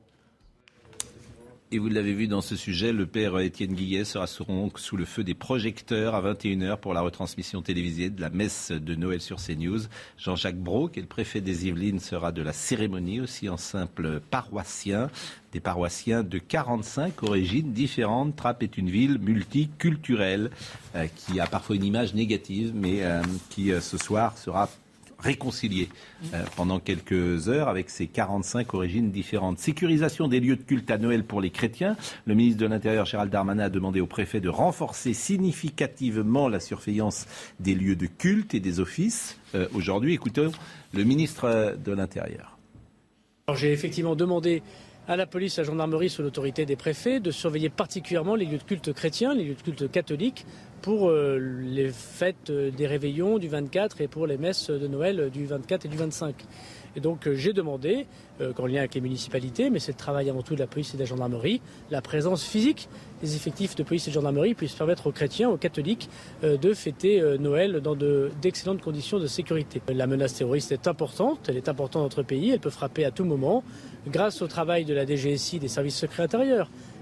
Et vous l'avez vu dans ce sujet, le père Étienne Guillet sera donc sous le feu des projecteurs à 21h pour la retransmission télévisée de la messe de Noël sur CNews. Jean-Jacques Brault, qui est le préfet des Yvelines, sera de la cérémonie aussi en simple paroissien. Des paroissiens de 45 origines différentes. Trappes est une ville multiculturelle qui a parfois une image négative, mais qui ce soir sera réconcilié pendant quelques heures avec ces 45 origines différentes. Sécurisation des lieux de culte à Noël pour les chrétiens. Le ministre de l'Intérieur, Gérald Darmanin, a demandé au préfet de renforcer significativement la surveillance des lieux de culte et des offices. Aujourd'hui, écoutons le ministre de l'Intérieur. Alors, j'ai effectivement demandé à la police, à la gendarmerie, sous l'autorité des préfets, de surveiller particulièrement les lieux de culte chrétiens, les lieux de culte catholiques, pour les fêtes des réveillons du 24 et pour les messes de Noël du 24 et du 25. Et donc j'ai demandé, en lien avec les municipalités, mais c'est le travail avant tout de la police et de la gendarmerie, la présence physique des effectifs de police et de gendarmerie puisse permettre aux chrétiens, aux catholiques, de fêter Noël dans d'excellentes conditions de sécurité. La menace terroriste est importante, elle est importante dans notre pays, elle peut frapper à tout moment. Grâce au travail de la DGSI, des services secrets intérieurs,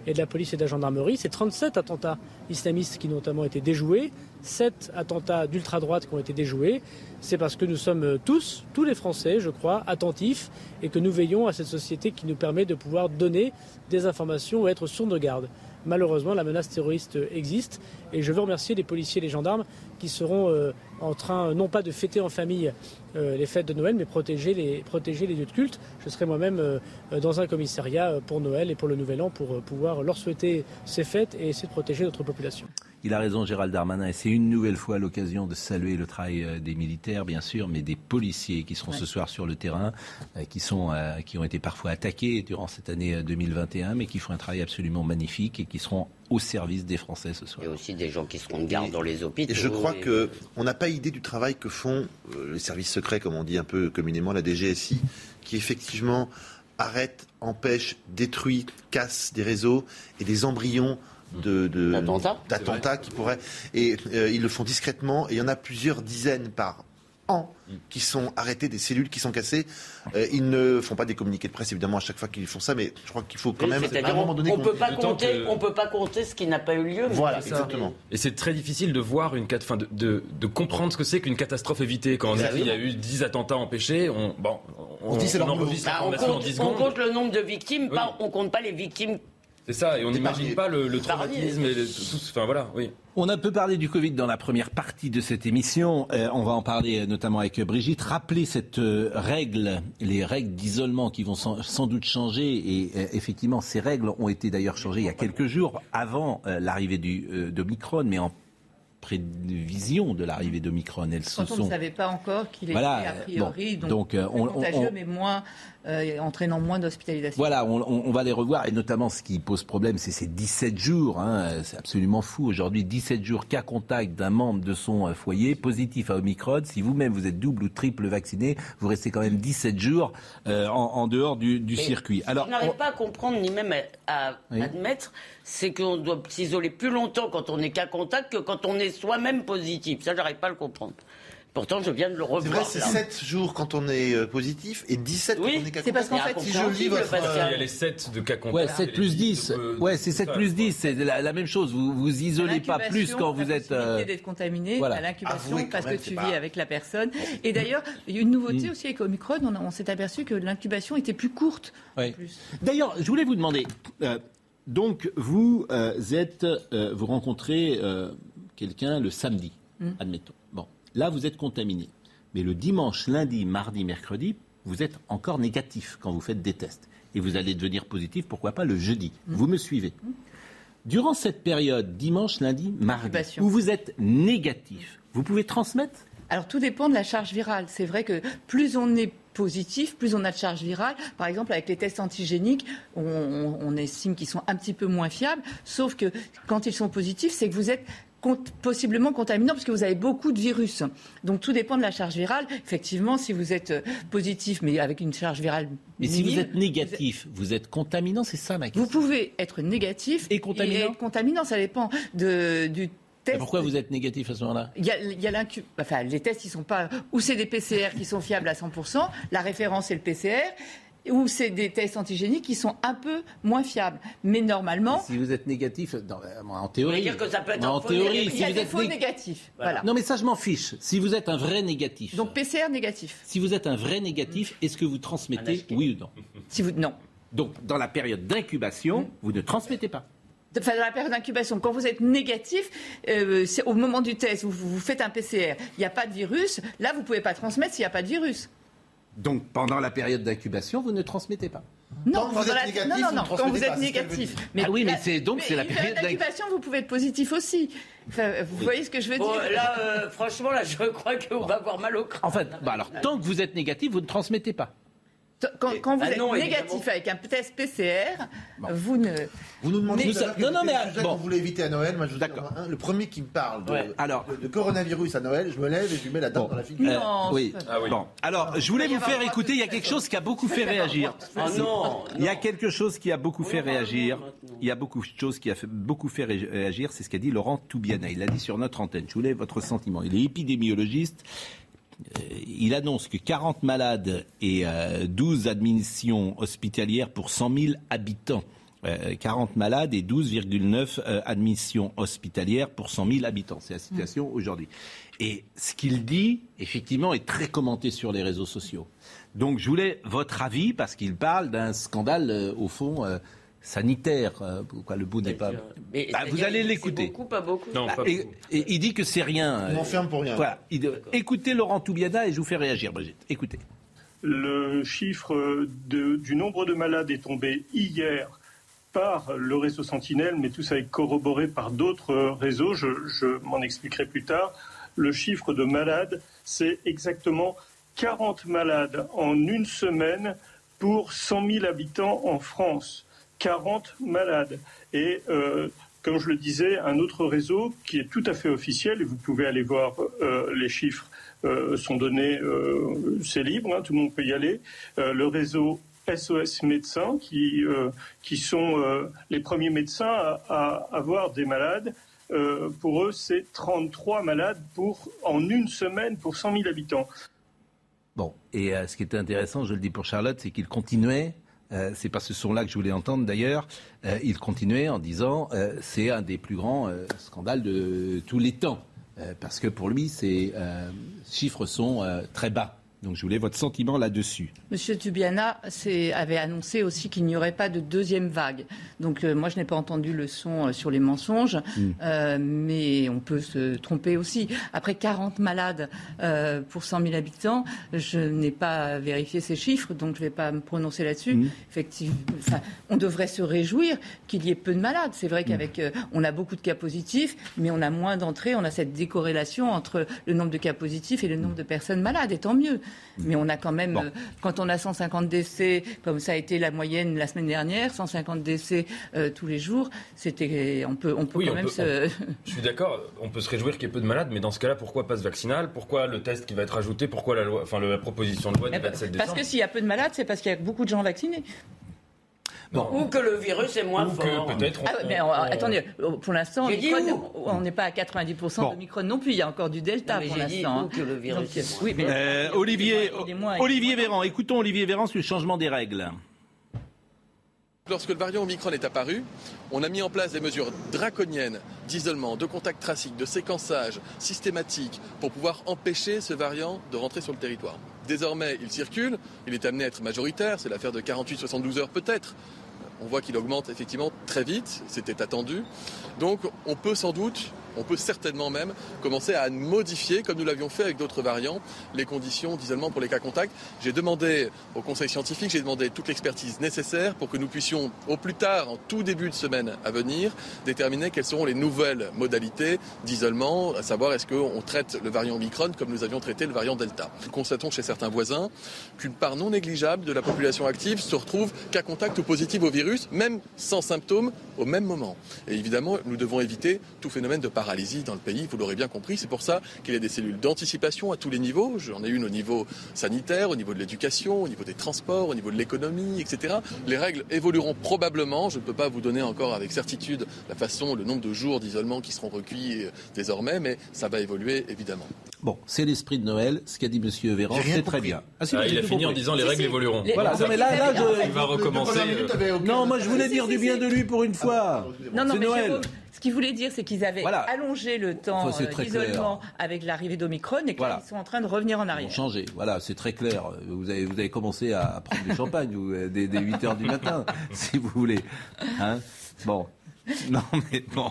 et de la police et de la gendarmerie. C'est 37 attentats islamistes qui notamment été déjoués, 7 attentats d'ultra-droite qui ont été déjoués. C'est parce que nous sommes tous les Français, je crois, attentifs et que nous veillons à cette société qui nous permet de pouvoir donner des informations ou être sur nos gardes. Malheureusement, la menace terroriste existe et je veux remercier les policiers et les gendarmes qui seront en train, non pas de fêter en famille les fêtes de Noël, mais protéger les lieux de culte. Je serai moi-même dans un commissariat pour Noël et pour le Nouvel An pour pouvoir leur souhaiter ces fêtes et essayer de protéger notre population. Il a raison, Gérald Darmanin, et c'est une nouvelle fois l'occasion de saluer le travail des militaires, bien sûr, mais des policiers qui seront ce soir sur le terrain, qui ont été parfois attaqués durant cette année 2021, mais qui font un travail absolument magnifique et qui seront au service des Français ce soir. Il y a aussi des gens qui seront de garde dans les hôpitaux. Et je crois qu'on n'a pas idée du travail que font les services secrets, comme on dit un peu communément, la DGSI, qui effectivement arrête, empêche, détruit, casse des réseaux et des embryons d'attentats qui pourraient... Et ils le font discrètement, et il y en a plusieurs dizaines par an qui sont arrêtés, des cellules qui sont cassées. Ils ne font pas des communiqués de presse, évidemment, à chaque fois qu'ils font ça, mais je crois qu'il faut quand même... à un moment donné, on ne peut pas compter ce qui n'a pas eu lieu. Voilà, exactement. Et c'est très difficile de voir de comprendre ce que c'est qu'une catastrophe évitée. Quand on dit qu'il y a eu 10 attentats empêchés, on enregistre l'information en 10 secondes. On compte le nombre de victimes, on ne compte pas les victimes. C'est ça, et on n'imagine pas le traumatisme et enfin voilà, oui. On a peu parlé du Covid dans la première partie de cette émission. On va en parler notamment avec Brigitte. Rappelez cette règle, les règles d'isolement qui vont sans doute changer. Et effectivement, ces règles ont été d'ailleurs changées il y a quelques jours avant l'arrivée d'Omicron, mais en prévision de l'arrivée d'Omicron. Quand on ne savait pas encore qu'il était a priori contagieux, mais moins entraînant moins d'hospitalisation. Voilà, on va les revoir. Et notamment, ce qui pose problème, c'est ces 17 jours. C'est absolument fou. Aujourd'hui, 17 jours cas contact d'un membre de son foyer positif à Omicron. Si vous-même, vous êtes double ou triple vacciné, vous restez quand même 17 jours en dehors du circuit. Alors, je n'arrive pas à comprendre, ni même à admettre, c'est qu'on doit s'isoler plus longtemps quand on est cas contact que quand on est soi-même positif. Ça, j'arrive pas à le comprendre. Pourtant, je viens de le revoir. C'est vrai, c'est 7 jours quand on est positif et 17 quand on est cas contact. C'est parce qu'en fait, si je lis votre... Il y a les 7 de cas contact. Ouais, 7 plus 10. C'est 7 plus 10. C'est la même chose. Vous isolez pas plus quand vous êtes... La possibilité d'être contaminé à l'incubation parce que tu vis avec la personne. Et d'ailleurs, il y a une nouveauté aussi avec Omicron. On s'est aperçu que l'incubation était plus courte. D'ailleurs, je voulais vous demander... Donc, vous rencontrez quelqu'un le samedi, admettons. Bon, là, vous êtes contaminé. Mais le dimanche, lundi, mardi, mercredi, vous êtes encore négatif quand vous faites des tests. Et vous allez devenir positif, pourquoi pas, le jeudi. Vous me suivez. Durant cette période, dimanche, lundi, mardi, où vous êtes négatif, vous pouvez transmettre ? Alors, tout dépend de la charge virale. C'est vrai que plus on est positif, plus on a de charge virale. Par exemple, avec les tests antigéniques, on estime qu'ils sont un petit peu moins fiables, sauf que quand ils sont positifs, c'est que vous êtes possiblement contaminant parce que vous avez beaucoup de virus. Donc tout dépend de la charge virale. Effectivement, si vous êtes positif mais avec une charge virale mais minime, si vous êtes négatif, vous êtes contaminant, c'est ça ma question. Vous pouvez être négatif et contaminant. Et être contaminant, ça dépend du test. Pourquoi vous êtes négatif à ce moment-là ? Il y a les tests, ils sont pas... Ou c'est des PCR qui sont fiables à 100%, la référence c'est le PCR, ou c'est des tests antigéniques qui sont un peu moins fiables. Mais normalement... Si vous êtes négatif, en théorie... dire que ça peut être en théorie, il y a des faux négatifs. Voilà. Non mais ça je m'en fiche. Si vous êtes un vrai négatif... Donc PCR négatif. Si vous êtes un vrai négatif, est-ce que vous transmettez, oui ou non ? Non. Donc dans la période d'incubation, vous ne transmettez pas. Dans la période d'incubation, quand vous êtes négatif, au moment du test, vous faites un PCR, il n'y a pas de virus, là vous ne pouvez pas transmettre s'il n'y a pas de virus. Donc pendant la période d'incubation, vous ne transmettez pas. Non, quand vous êtes négatif. Mais c'est la période d'incubation, vous pouvez être positif aussi. Enfin, vous voyez ce que je veux dire ? Là, franchement, je crois qu'on va avoir mal au crâne. En fait, alors tant que vous êtes négatif, vous ne transmettez pas. Quand vous êtes négatif avec un test PCR, vous ne... Vous nous demandez qu'on voulait éviter à Noël. Moi, je vous dis, le premier qui me parle de coronavirus à Noël, je me lève et je lui mets la date dans la figure. Bon, alors, je voulais vous faire écouter, il y a quelque chose qui a beaucoup fait réagir. Il y a quelque chose qui a beaucoup fait réagir. Il y a beaucoup de choses qui a beaucoup fait réagir. C'est ce qu'a dit Laurent Toubiana. Il l'a dit sur notre antenne. Je voulais votre sentiment. Il est épidémiologiste. Il annonce que 40 malades et 12 admissions hospitalières pour 100 000 habitants 40 malades et 12,9 admissions hospitalières pour 100 000 habitants. C'est la situation aujourd'hui. Et ce qu'il dit, effectivement, est très commenté sur les réseaux sociaux. Donc je voulais votre avis, parce qu'il parle d'un scandale, au fond, sanitaire. Pourquoi le bout n'est pas... vous allez l'écouter. C'est beaucoup, pas beaucoup. Non, pas beaucoup. Et il dit que c'est rien. On m'enferme pour rien. Voilà. Écoutez Laurent Toubiana et je vous fais réagir, Brigitte. Écoutez. Le chiffre du nombre de malades est tombé hier par le réseau Sentinelle, mais tout ça est corroboré par d'autres réseaux. Je m'en expliquerai plus tard. Le chiffre de malades, c'est exactement 40 malades en une semaine pour 100 000 habitants en France. 40 malades. Et comme je le disais, un autre réseau qui est tout à fait officiel, et vous pouvez aller voir les chiffres sont donnés, c'est libre, hein, tout le monde peut y aller. Le réseau SOS Médecins, qui sont les premiers médecins à avoir des malades. Pour eux, c'est 33 malades en une semaine pour 100 000 habitants. Bon, et ce qui était intéressant, je le dis pour Charlotte, c'est qu'il continuait, c'est pas ce son-là que je voulais entendre d'ailleurs, il continuait en disant c'est un des plus grands scandales de tous les temps, parce que pour lui, ces chiffres sont très bas. Donc je voulais votre sentiment là-dessus. Monsieur Toubiana avait annoncé aussi qu'il n'y aurait pas de deuxième vague. Donc moi, je n'ai pas entendu le son sur les mensonges, mais on peut se tromper aussi. Après 40 malades pour 100 000 habitants, je n'ai pas vérifié ces chiffres, donc je ne vais pas me prononcer là-dessus. Effectivement, on devrait se réjouir qu'il y ait peu de malades. C'est vrai qu'avec on a beaucoup de cas positifs, mais on a moins d'entrées. On a cette décorrélation entre le nombre de cas positifs et le nombre de personnes malades, et tant mieux. Mais on a quand même, quand on a 150 décès, comme ça a été la moyenne la semaine dernière, 150 décès tous les jours, on peut quand même se... Je suis d'accord, on peut se réjouir qu'il y ait peu de malades, mais dans ce cas-là, pourquoi passe vaccinal ? Pourquoi le test qui va être ajouté ? Pourquoi la proposition de loi du 27 décembre ? Parce que s'il y a peu de malades, c'est parce qu'il y a beaucoup de gens vaccinés. Ou que le virus est moins fort. Peut-être attendez, pour l'instant, on n'est pas à 90% de Omicron non plus. Il y a encore du Delta pour l'instant. Que le virus est moins fort. Olivier Véran, écoutons Olivier Véran sur le changement des règles. Lorsque le variant Omicron est apparu, on a mis en place des mesures draconiennes d'isolement, de contact tracing, de séquençage systématique pour pouvoir empêcher ce variant de rentrer sur le territoire. Désormais, il circule, il est amené à être majoritaire, c'est l'affaire de 48-72 heures peut-être. On voit qu'il augmente effectivement très vite, c'était attendu. Donc on peut certainement même commencer à modifier, comme nous l'avions fait avec d'autres variants, les conditions d'isolement pour les cas contacts. J'ai demandé au conseil scientifique, toute l'expertise nécessaire pour que nous puissions, au plus tard, en tout début de semaine à venir, déterminer quelles seront les nouvelles modalités d'isolement, à savoir est-ce qu'on traite le variant Omicron comme nous avions traité le variant Delta. Nous constatons chez certains voisins qu'une part non négligeable de la population active se retrouve cas contact ou positive au virus, même sans symptômes, au même moment. Et évidemment, nous devons éviter tout phénomène de paralysie dans le pays, vous l'aurez bien compris. C'est pour ça qu'il y a des cellules d'anticipation à tous les niveaux. J'en ai une au niveau sanitaire, au niveau de l'éducation, au niveau des transports, au niveau de l'économie, etc. Les règles évolueront probablement. Je ne peux pas vous donner encore avec certitude le nombre de jours d'isolement qui seront recueillis désormais, mais ça va évoluer évidemment. Bon, c'est l'esprit de Noël. Ce qu'a dit M. Véran, c'est très bien. Il a fini en disant les règles évolueront. Voilà. Il va recommencer. Non, moi je voulais dire du bien de lui pour une fois. Non, c'est mais Noël. Ce qu'il voulait dire, c'est qu'ils avaient allongé le temps d'isolement avec l'arrivée d'Omicron et qu'ils sont en train de revenir en arrière. Changer, voilà, c'est très clair. Vous avez commencé à prendre du champagne dès 8h du matin, si vous voulez. Hein, bon. Non, mais bon.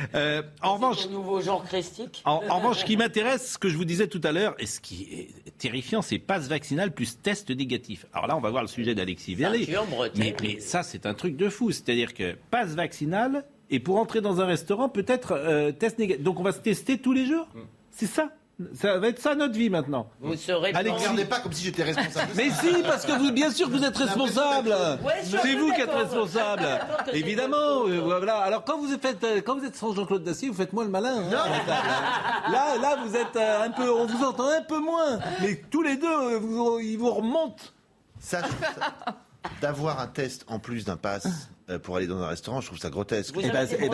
En revanche, un nouveau genre christique. En revanche, ce qui m'intéresse, ce que je vous disais tout à l'heure, et ce qui est terrifiant, c'est passe vaccinal plus test négatif. Alors là, on va voir le sujet d'Alexis Vallée. Mais ça, c'est un truc de fou. C'est-à-dire que passe vaccinal, et pour entrer dans un restaurant, peut-être test négatif. Donc on va se tester tous les jours. C'est ça. Ça va être ça notre vie maintenant. Vous serez. Ne regardez pas comme si j'étais responsable. Mais si, parce que vous, bien sûr que vous êtes responsable. C'est vous qui êtes responsable. Évidemment. Voilà. Alors quand vous êtes sans Jean-Claude Dacier, vous faites moins le malin. Hein, là, vous êtes un peu. On vous entend un peu moins. Mais tous les deux, ils vous remontent. Ça, d'avoir un test en plus d'un pass pour aller dans un restaurant, je trouve ça grotesque. C'est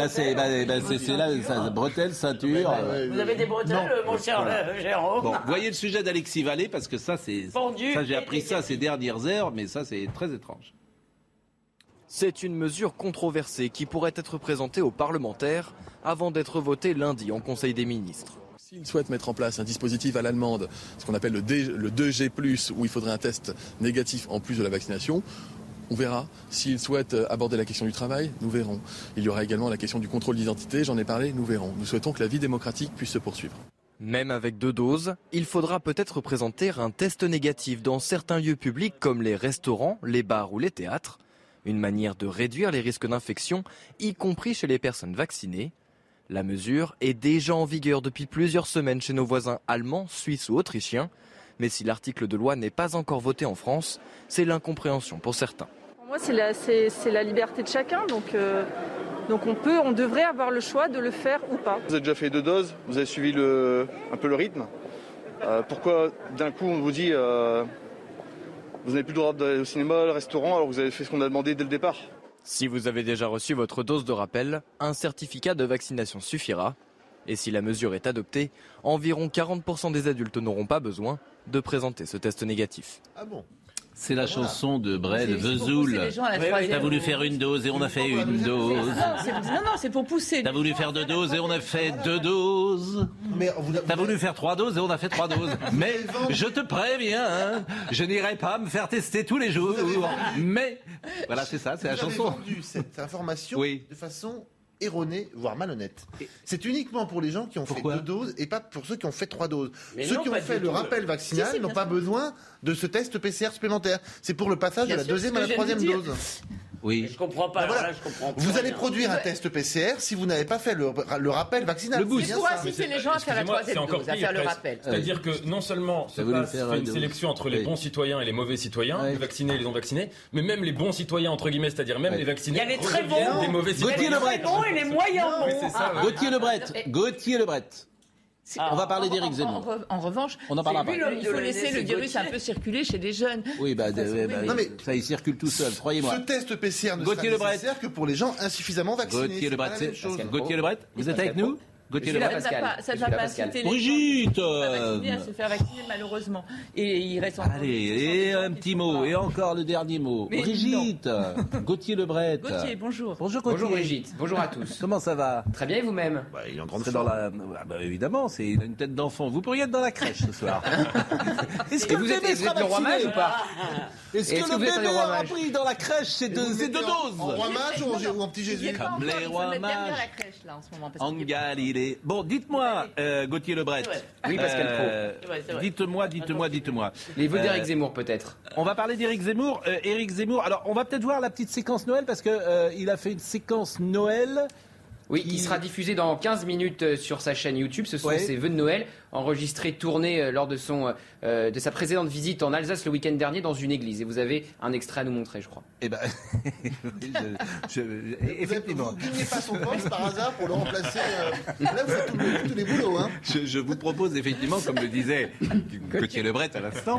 là, ça, bretelles, ceinture. Vous avez des bretelles, mon cher Jérôme. Bon, voyez le sujet d'Alexis Vallée, parce que ça, j'ai appris ça ces dernières heures, mais ça, c'est très étrange. C'est une mesure controversée qui pourrait être présentée aux parlementaires avant d'être votée lundi en Conseil des ministres. S'ils souhaitent mettre en place un dispositif à l'allemande, ce qu'on appelle le 2G+, où il faudrait un test négatif en plus de la vaccination, on verra. S'ils souhaitent aborder la question du travail, nous verrons. Il y aura également la question du contrôle d'identité, j'en ai parlé, nous verrons. Nous souhaitons que la vie démocratique puisse se poursuivre. Même avec 2 doses, il faudra peut-être présenter un test négatif dans certains lieux publics comme les restaurants, les bars ou les théâtres. Une manière de réduire les risques d'infection, y compris chez les personnes vaccinées. La mesure est déjà en vigueur depuis plusieurs semaines chez nos voisins allemands, suisses ou autrichiens. Mais si l'article de loi n'est pas encore voté en France, c'est l'incompréhension pour certains. Pour moi, c'est la liberté de chacun, donc on devrait avoir le choix de le faire ou pas. Vous avez déjà fait 2 doses, vous avez suivi un peu le rythme. Pourquoi d'un coup on vous dit vous n'avez plus le droit d'aller au cinéma, au restaurant, alors vous avez fait ce qu'on a demandé dès le départ? Si vous avez déjà reçu votre dose de rappel, un certificat de vaccination suffira. Et si la mesure est adoptée, environ 40% des adultes n'auront pas besoin de présenter ce test négatif. Ah bon? C'est la chanson de Brel, Vesoul. T'as voulu faire une dose et on a fait une dose. Non, c'est pour pousser. T'as voulu faire 2 doses et on a fait 2 doses. T'as voulu faire 3 doses et on a fait 3 doses. Mais je te préviens, hein, je n'irai pas me faire tester tous les jours. Mais voilà, c'est ça, c'est la chanson. Vous avez vendu cette information de façon erronée, voire malhonnête. C'est uniquement pour les gens qui ont fait 2 doses et pas pour ceux qui ont fait 3 doses. Ceux qui ont fait le rappel vaccinal n'ont pas besoin de ce test PCR supplémentaire. C'est pour le passage de la 2e à la 3e dose. Oui. Je comprends pas. Voilà. Je comprends vous allez produire un test PCR si vous n'avez pas fait le rappel vaccinal. Le boost. Pour inciter les gens à faire la 3e dose, à faire le rappel. C'est-à-dire que non seulement se passe une sélection entre les bons citoyens et les mauvais citoyens, les vaccinés et les non vaccinés, mais même les bons citoyens entre guillemets, c'est-à-dire même les vaccinés, il y a les très bons, des mauvais citoyens. Il y a les très bons et les moyens bons. Gauthier Lebret. On va parler d'Éric Zemmour. En revanche, on en parlera pas. Il faut laisser le virus un peu circuler chez les jeunes. Oui, ça, il circule tout seul, croyez-moi. Ce test PCR ne sera nécessaire que pour les gens insuffisamment vaccinés. Gauthier Lebret, vous êtes avec nous? Ça ne va pas inciter les Brigitte à se faire vacciner malheureusement. Et il reste encore. Allez, et un petit mot, et encore le dernier mot. Mais Brigitte, Gauthier Lebret. Gauthier, bonjour. Bonjour Gauthier. Bonjour Brigitte, bonjour à tous. Comment ça va? Très bien, et vous-même? Il est en grande forme. Évidemment, il a une tête d'enfant. Vous pourriez être dans la crèche ce soir. Est-ce que vous êtes le roi mage ou pas? Est-ce que le bébé a pris dans la crèche ces 2 doses? En roi mage ou en petit Jésus? Comme les rois mages. En Galilée. Bon, dites-moi, Gauthier Lebret. Oui, Pascal Pro. Dites-moi. Les vœux d'Éric Zemmour, peut-être. On va parler d'Éric Zemmour. Éric Zemmour, alors on va peut-être voir la petite séquence Noël, parce qu'il a fait une séquence Noël. Oui, qui sera diffusé dans 15 minutes sur sa chaîne YouTube. Ce sont ses vœux de Noël, enregistrés, tournés lors de sa précédente visite en Alsace le week-end dernier dans une église. Et vous avez un extrait à nous montrer, je crois. Eh ben, effectivement. Vous gagnez pas son poste par hasard pour le remplacer. Là, vous faites tous les boulots. Hein. Je vous propose effectivement, comme le disait Gauthier Lebret à l'instant,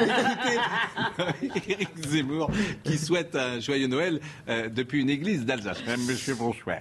d'écouter Éric Zemmour qui souhaite un joyeux Noël depuis une église d'Alsace. Monsieur, bonsoir.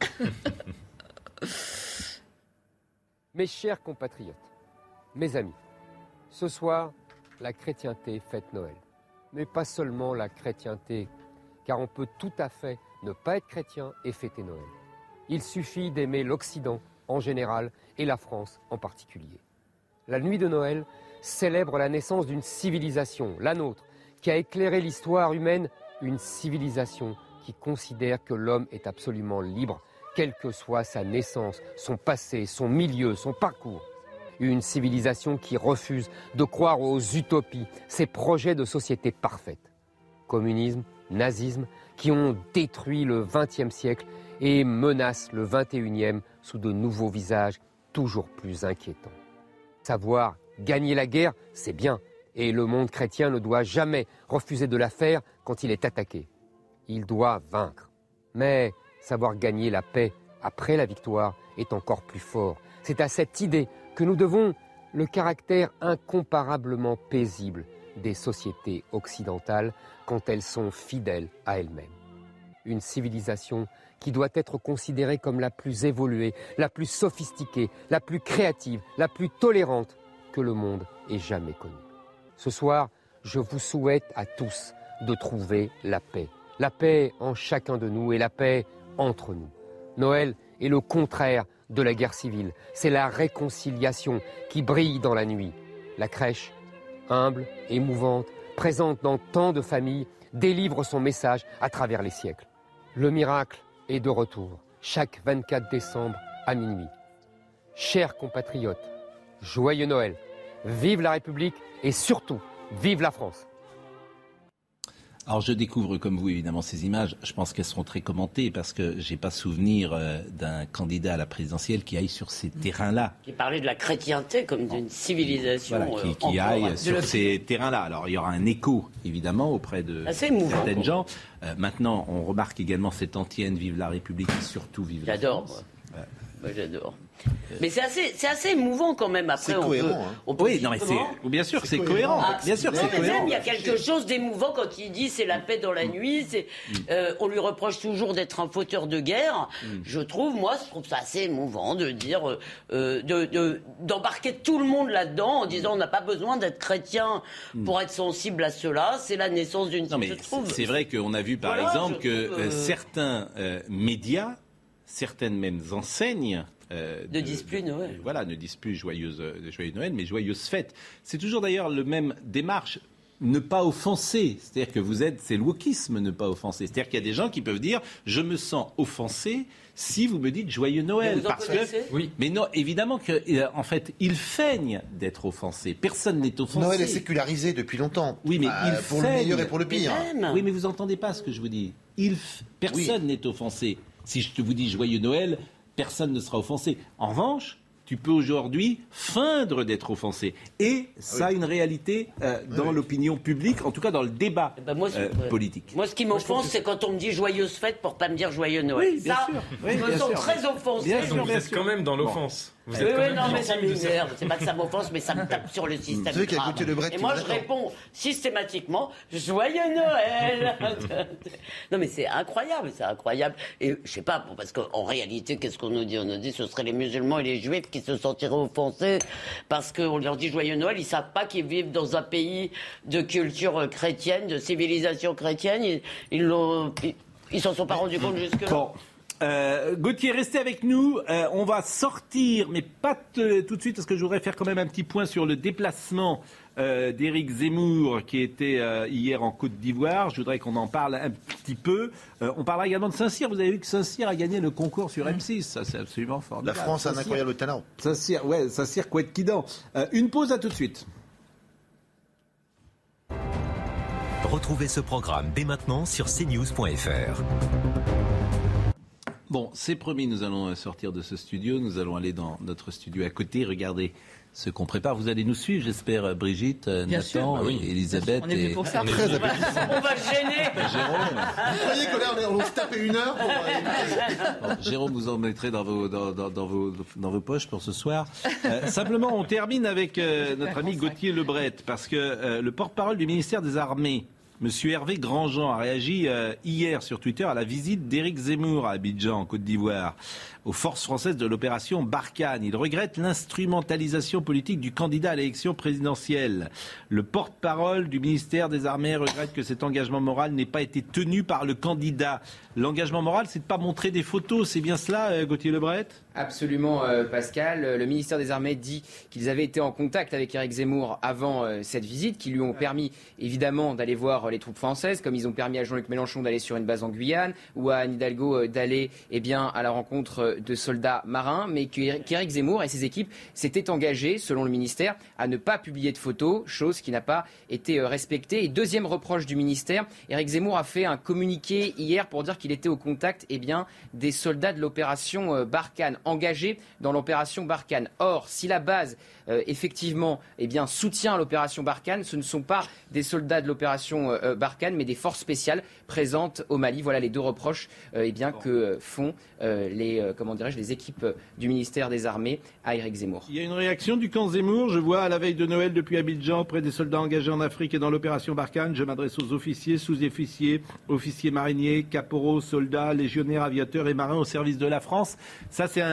Mes chers compatriotes, mes amis, ce soir, la chrétienté fête Noël. Mais pas seulement la chrétienté, car on peut tout à fait ne pas être chrétien et fêter Noël. Il suffit d'aimer l'Occident en général et la France en particulier. La nuit de Noël célèbre la naissance d'une civilisation, la nôtre, qui a éclairé l'histoire humaine, une civilisation qui considère que l'homme est absolument libre, quelle que soit sa naissance, son passé, son milieu, son parcours. Une civilisation qui refuse de croire aux utopies, ces projets de société parfaite. Communisme, nazisme, qui ont détruit le XXe siècle et menacent le XXIe sous de nouveaux visages toujours plus inquiétants. Savoir gagner la guerre, c'est bien, et le monde chrétien ne doit jamais refuser de la faire quand il est attaqué. Il doit vaincre. Mais savoir gagner la paix après la victoire est encore plus fort. C'est à cette idée que nous devons le caractère incomparablement paisible des sociétés occidentales quand elles sont fidèles à elles-mêmes. Une civilisation qui doit être considérée comme la plus évoluée, la plus sophistiquée, la plus créative, la plus tolérante que le monde ait jamais connue. Ce soir, je vous souhaite à tous de trouver la paix, la paix en chacun de nous et la paix entre nous. Noël est le contraire de la guerre civile. C'est la réconciliation qui brille dans la nuit. La crèche, humble, émouvante, présente dans tant de familles, délivre son message à travers les siècles. Le miracle est de retour, chaque 24 décembre à minuit. Chers compatriotes, joyeux Noël, vive la République et surtout, vive la France. Alors je découvre comme vous évidemment ces images, je pense qu'elles seront très commentées parce que j'ai pas souvenir d'un candidat à la présidentielle qui aille sur ces terrains-là. Qui parlait de la chrétienté comme d'une civilisation. Voilà, qui aille sur ces terrains-là. Alors il y aura un écho évidemment auprès de certaines gens. Maintenant on remarque également cette antienne Vive la République et surtout Vive la France. Moi j'adore. Mais c'est assez émouvant quand même. Après, c'est cohérent. Oui, non, mais bien sûr, c'est cohérent. Bien sûr, c'est cohérent. Il y a quelque chose d'émouvant quand il dit c'est la paix dans la nuit. On lui reproche toujours d'être un fauteur de guerre. Je trouve ça assez émouvant de dire, d'embarquer tout le monde là-dedans en disant on n'a pas besoin d'être chrétien pour être sensible à cela. C'est la naissance d'une. Non, mais c'est vrai qu'on a vu par exemple que certains médias, certaines mêmes enseignes. Ne disent plus Noël. Voilà, ne disent plus joyeux Noël, mais joyeuse fête. C'est toujours d'ailleurs le même démarche. Ne pas offenser. C'est-à-dire que c'est le wokisme, ne pas offenser. C'est-à-dire qu'il y a des gens qui peuvent dire je me sens offensé si vous me dites joyeux Noël. Oui. Mais non, évidemment que en fait, ils feignent d'être offensés. Personne n'est offensé. Noël est sécularisé depuis longtemps. Oui, mais pour le meilleur et pour le pire. Oui, mais vous entendez pas ce que je vous dis. Personne n'est offensé. Si je vous dis joyeux Noël, personne ne sera offensé. En revanche, tu peux aujourd'hui feindre d'être offensé. Et ça a une réalité dans l'opinion publique, en tout cas dans le débat politique. Moi, ce qui m'offense, c'est quand on me dit joyeuse fête pour pas me dire joyeux Noël. Oui, bien sûr. Je me sens très offensé. Vous êtes quand même dans l'offense. Oui, non, mais ça m'énerve. C'est pas que ça m'offense, mais ça me tape sur le système. Et moi, je réponds systématiquement joyeux Noël. Non, mais c'est incroyable. Et je sais pas, parce qu'en réalité, qu'est-ce qu'on nous dit ? On nous dit que ce seraient les musulmans et les juifs qui se sentiraient offensés parce qu'on leur dit joyeux Noël. Ils savent pas qu'ils vivent dans un pays de culture chrétienne, de civilisation chrétienne. Ils s'en sont pas rendus compte jusque-là. Bon. Gauthier, restez avec nous. On va sortir, mais pas tout de suite, parce que je voudrais faire quand même un petit point sur le déplacement d'Éric Zemmour qui était hier en Côte d'Ivoire. Je voudrais qu'on en parle un petit peu. On parlera également de Saint-Cyr. Vous avez vu que Saint-Cyr a gagné le concours sur M6. Ça, c'est absolument formidable. La France a un incroyable talent. Saint-Cyr, Couette-Quidan. Une pause, à tout de suite. Retrouvez ce programme dès maintenant sur cnews.fr. Bon, c'est promis, nous allons sortir de ce studio, nous allons aller dans notre studio à côté, regardez ce qu'on prépare. Vous allez nous suivre, j'espère, Brigitte, bien Nathan, sûr, Elisabeth. On est venu pour ça. On va le gêner. Jérôme. Vous croyez qu'on se tape 1 heure pour... Jérôme, vous en mettrez dans vos poches pour ce soir. Simplement, on termine avec notre ami Gauthier Lebret, parce que le porte-parole du ministère des Armées, Monsieur Hervé Grandjean, a réagi hier sur Twitter à la visite d'Éric Zemmour à Abidjan, en Côte d'Ivoire, aux forces françaises de l'opération Barkhane. Il regrette l'instrumentalisation politique du candidat à l'élection présidentielle. Le porte-parole du ministère des Armées regrette que cet engagement moral n'ait pas été tenu par le candidat. L'engagement moral, c'est de ne pas montrer des photos, c'est bien cela, Gauthier Lebret ? Absolument, Pascal. Le ministère des Armées dit qu'ils avaient été en contact avec Éric Zemmour avant cette visite, qui lui ont permis évidemment d'aller voir les troupes françaises, comme ils ont permis à Jean-Luc Mélenchon d'aller sur une base en Guyane, ou à Anne Hidalgo d'aller à la rencontre de soldats marins, mais qu'Éric Zemmour et ses équipes s'étaient engagés, selon le ministère, à ne pas publier de photos, chose qui n'a pas été respectée. Et deuxième reproche du ministère, Éric Zemmour a fait un communiqué hier pour dire qu'il était au contact des soldats de l'opération Barkhane, engagés dans l'opération Barkhane. Or, si la base effectivement soutient l'opération Barkhane, ce ne sont pas des soldats de l'opération Barkhane, mais des forces spéciales présentes au Mali. Voilà les deux reproches que font les équipes du ministère des Armées à Éric Zemmour. Il y a une réaction du camp Zemmour, je vois à la veille de Noël depuis Abidjan, auprès des soldats engagés en Afrique et dans l'opération Barkhane. Je m'adresse aux officiers, sous-officiers, officiers mariniers, caporaux, soldats, légionnaires, aviateurs et marins au service de la France. Ça, c'est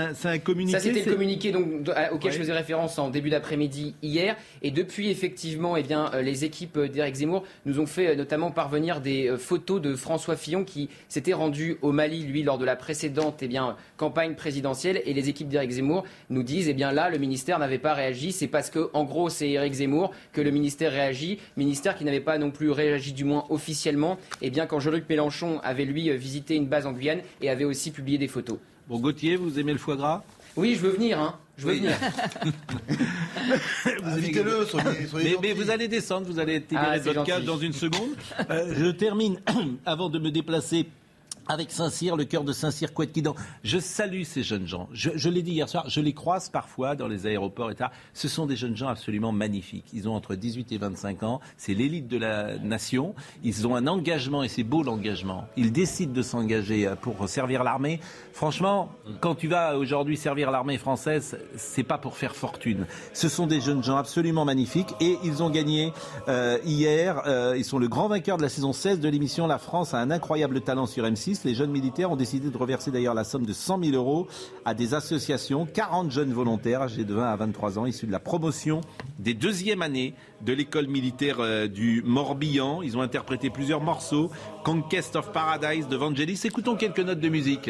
un communiqué. Ça, c'était le communiqué auquel je faisais référence en début d'après-midi hier. Et depuis, effectivement, les équipes d'Éric Zemmour nous ont fait notamment parvenir des photos de François Fillon qui s'était rendu au Mali, lui, lors de la précédente campagne présidentielle. Et les équipes d'Éric Zemmour nous disent, là, le ministère n'avait pas réagi. C'est parce que, en gros, c'est Éric Zemmour que le ministère réagit. Ministère qui n'avait pas non plus réagi, du moins officiellement, quand Jean-Luc Mélenchon avait, lui, visité une base en Guyane et avait aussi publié des photos. Bon, Gauthier, vous aimez le foie gras ? Oui, je veux venir, Je veux venir. Invitez-le, soyez mais vous allez descendre, vous allez être libéré de votre cage dans une seconde. Je termine, avant de me déplacer, avec Saint-Cyr, le cœur de Saint-Cyr, Couette-Quidan. Je salue ces jeunes gens. Je l'ai dit hier soir, je les croise parfois dans les aéroports, etc. Ce sont des jeunes gens absolument magnifiques. Ils ont entre 18 et 25 ans. C'est l'élite de la nation. Ils ont un engagement, et c'est beau l'engagement. Ils décident de s'engager pour servir l'armée. Franchement, quand tu vas aujourd'hui servir l'armée française, c'est pas pour faire fortune. Ce sont des jeunes gens absolument magnifiques. Et ils ont gagné hier. Ils sont le grand vainqueur de la saison 16 de l'émission La France a un incroyable talent sur M6. Les jeunes militaires ont décidé de reverser d'ailleurs la somme de 100 000 € à des associations. 40 jeunes volontaires âgés de 20 à 23 ans, issus de la promotion des deuxièmes années de l'école militaire du Morbihan. Ils ont interprété plusieurs morceaux. Conquest of Paradise de Vangelis. Écoutons quelques notes de musique.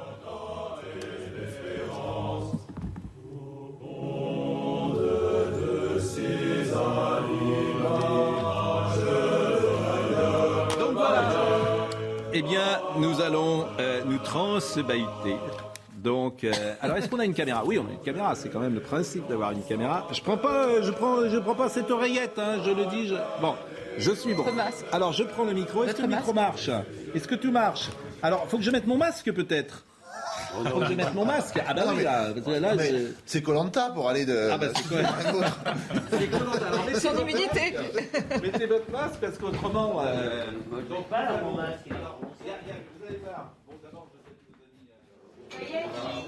Eh bien, nous allons nous transbahuter. Donc, alors est-ce qu'on a une caméra ? Oui, on a une caméra. C'est quand même le principe d'avoir une caméra. Je prends pas cette oreillette. Je le dis. Bon, je suis bon. Alors, je prends le micro. Est-ce que le micro marche ? Est-ce que tout marche ? Alors, faut que je mette mon masque peut-être. Faut que je mette mon masque. Ah bah oui, là c'est Koh-Lanta pour aller de. Ah bah c'est quoi ? C'est Koh-Lanta. Alors, son immunité. Mettez votre masque parce qu'autrement. Donc pas là mon masque. Vous allez voir. Bon, d'abord, je sais que vos amis.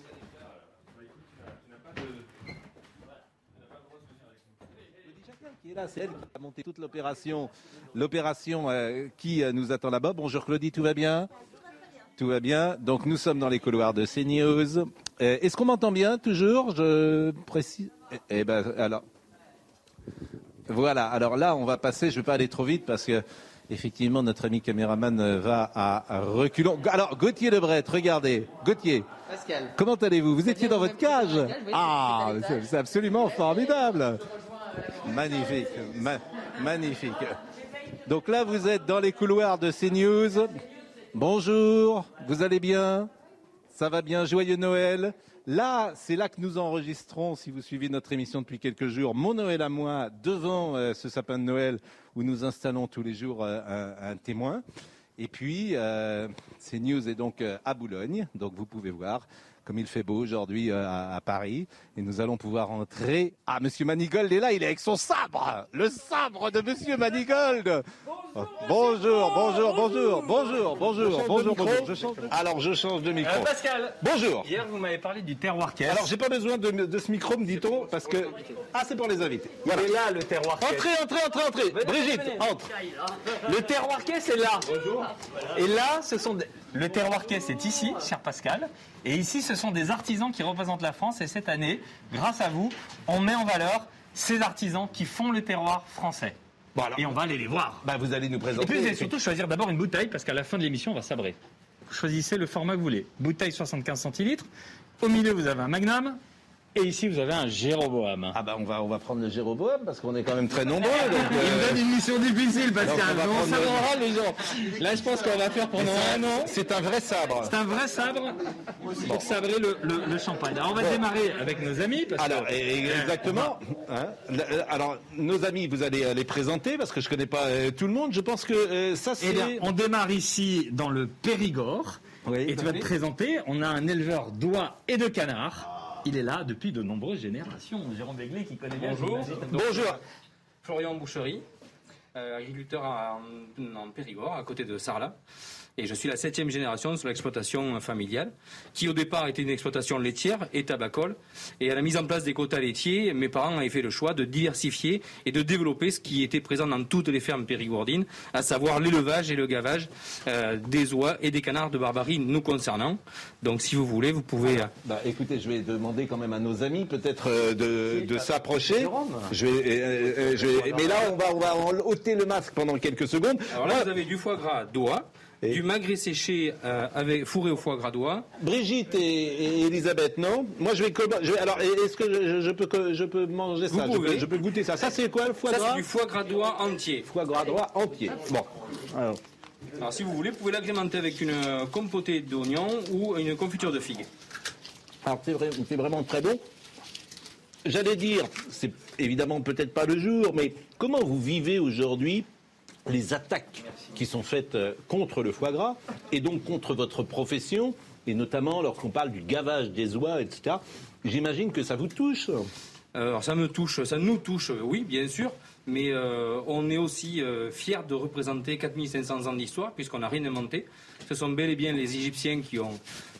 Qui est là, c'est elle qui a monté toute l'opération qui nous attend là-bas. Bonjour Claudie, tout va bien ? Tout va bien. Donc nous sommes dans les couloirs de CNews. Est-ce qu'on m'entend bien toujours ? Je précise. Eh ben alors. Voilà. Alors là, on va passer. Je ne vais pas aller trop vite parce que effectivement notre ami caméraman va à reculons. Alors Gauthier Lebret, regardez. Gauthier. Pascal. Comment allez-vous ? Vous étiez dans votre cage ? Ah, c'est absolument formidable. Magnifique. Magnifique. Donc là, vous êtes dans les couloirs de CNews. Bonjour, vous allez bien ? Ça va bien, joyeux Noël. Là, c'est là que nous enregistrons, si vous suivez notre émission depuis quelques jours, mon Noël à moi, devant ce sapin de Noël où nous installons tous les jours un témoin. Et puis, CNews est donc à Boulogne, donc vous pouvez voir comme il fait beau aujourd'hui à Paris. Et nous allons pouvoir entrer. Ah, Monsieur Manigold est là, il est avec son sabre. Le sabre de Monsieur Manigold. Bonjour. Alors, je change de micro. Pascal. Bonjour. Hier, vous m'avez parlé du terroir caisse. Alors, j'ai pas besoin de ce micro, me dit-on, parce que... Ah, c'est pour les invités. Voilà. Et là, le terroir caisse. Entrez. Brigitte, entre. Le terroir caisse est là. Bonjour. Et là, le terroir caisse est ici, cher Pascal. Et ici, ce sont des artisans qui représentent la France. Et cette année, grâce à vous, on met en valeur ces artisans qui font le terroir français. Bon, alors, et on va aller les voir. Vous allez nous présenter. Et puis, vous allez surtout choisir d'abord une bouteille, parce qu'à la fin de l'émission, on va sabrer. Vous choisissez le format que vous voulez. Bouteille 75 centilitres. Au milieu, vous avez un Magnum. Et ici, vous avez un Jéroboam. Ah on va prendre le Jéroboam parce qu'on est quand même très nombreux. Donc, il me donne une mission difficile, Pascal. On sabrera les gens. Là, je pense qu'on va faire pendant un an. C'est un vrai sabre. C'est un vrai sabre pour sabrer le champagne. Alors, on va démarrer avec nos amis. Exactement. Alors, nos amis, vous allez les présenter parce que je ne connais pas tout le monde. Je pense que ça, c'est... On démarre ici dans le Périgord. Oui, et tu vas te présenter. On a un éleveur d'oies et de canards. Il est là depuis de nombreuses générations. Jérôme Begley qui connaît bien. Bonjour. Florian Boucherie, agriculteur en Périgord, à côté de Sarlat. Et je suis la 7e génération sur l'exploitation familiale, qui au départ était une exploitation laitière et tabacole. Et à la mise en place des quotas laitiers, mes parents avaient fait le choix de diversifier et de développer ce qui était présent dans toutes les fermes périgourdines, à savoir l'élevage et le gavage des oies et des canards de Barbarie nous concernant. Donc si vous voulez, vous pouvez... Écoutez, je vais demander quand même à nos amis peut-être de s'approcher. Mais là, on va ôter le masque pendant quelques secondes. Alors là, vous avez du foie gras d'oie. Du magret séché fourré au foie gras d'oie. Brigitte et Elisabeth, non? Moi, alors, est-ce que je peux manger ça? Je peux goûter ça. Ça, c'est quoi, le foie gras? Ça, c'est du foie gras d'oie entier. Foie gras d'oie entier. Bon. Alors, si vous voulez, vous pouvez l'agrémenter avec une compotée d'oignons ou une confiture de figues. Alors, c'est vraiment très bon. J'allais dire, c'est évidemment peut-être pas le jour, mais comment vous vivez aujourd'hui les attaques qui sont faites contre le foie gras et donc contre votre profession, et notamment lorsqu'on parle du gavage des oies, etc. J'imagine que ça vous touche. Alors ça nous touche, oui, bien sûr, mais on est aussi fiers de représenter 4500 ans d'histoire, puisqu'on n'a rien inventé. Ce sont bel et bien les Égyptiens qui ont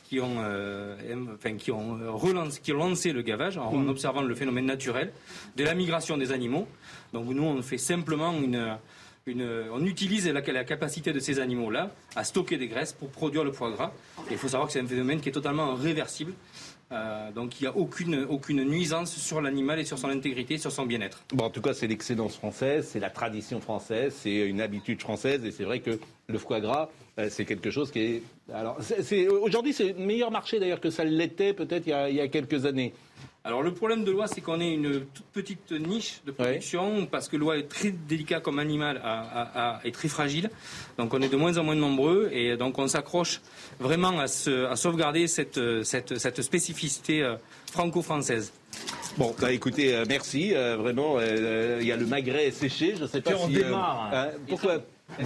lancé le gavage en observant le phénomène naturel de la migration des animaux. Donc nous, on fait simplement on utilise la capacité de ces animaux-là à stocker des graisses pour produire le foie gras. Et il faut savoir que c'est un phénomène qui est totalement réversible. Donc il n'y a aucune nuisance sur l'animal et sur son intégrité, sur son bien-être. Bon, en tout cas, c'est l'excellence française, c'est la tradition française, c'est une habitude française. Et c'est vrai que le foie gras, c'est quelque chose qui est... Alors, aujourd'hui, c'est le meilleur marché d'ailleurs que ça l'était peut-être il y a quelques années. Alors le problème de l'oie, c'est qu'on est une toute petite niche de production, parce que l'oie est très délicat comme animal et très fragile. Donc on est de moins en moins nombreux, et donc on s'accroche vraiment à sauvegarder cette spécificité franco-française. Bon, écoutez, merci. Vraiment, il y a le magret séché, je ne sais pas si... on démarre. Pourquoi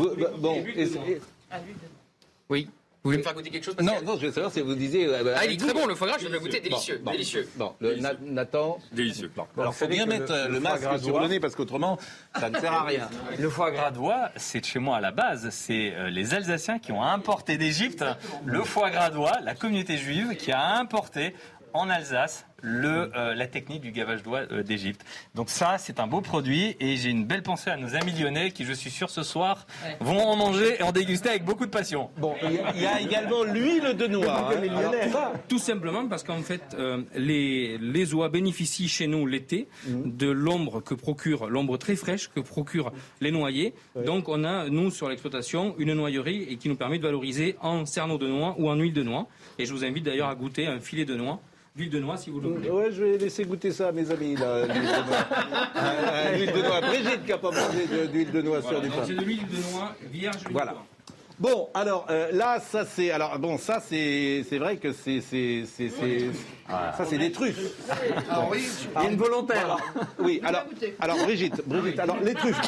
Oui. Vous voulez me faire goûter quelque chose, Pascal? Non, je veux savoir si vous disiez... il est très bon, le foie gras, je vais le goûter, délicieux. Délicieux. Bon, Nathan... Délicieux. Bon. Alors, il faut bien mettre le masque sur le nez, parce qu'autrement, ça ne sert à rien. Le foie gras d'oie, c'est de chez moi à la base. C'est les Alsaciens qui ont importé d'Égypte le foie gras d'oie, la communauté juive qui a importé en Alsace la technique du gavage d'oie d'Égypte. Donc ça, c'est un beau produit, et j'ai une belle pensée à nos amis lyonnais qui, je suis sûr, ce soir, vont en manger et en déguster avec beaucoup de passion. Bon, il y a également l'huile de noix. Tout simplement parce qu'en fait, les oies bénéficient chez nous l'été de l'ombre très fraîche que procurent les noyers. Donc on a, nous, sur l'exploitation, une noyerie et qui nous permet de valoriser en cerneau de noix ou en huile de noix. Et je vous invite d'ailleurs à goûter un filet de noix. L'huile de noix, si vous le voulez. Ouais, je vais laisser goûter ça à mes amis, là, l'huile de noix. L'huile de noix. Brigitte qui n'a pas mangé d'huile de noix sur du pain. C'est de l'huile de noix vierge. Voilà. Bon, alors là, ça c'est, c'est vrai que c'est ça c'est des truffes. Alors oui, il y a une volontaire. Oui, alors Brigitte, alors les truffes.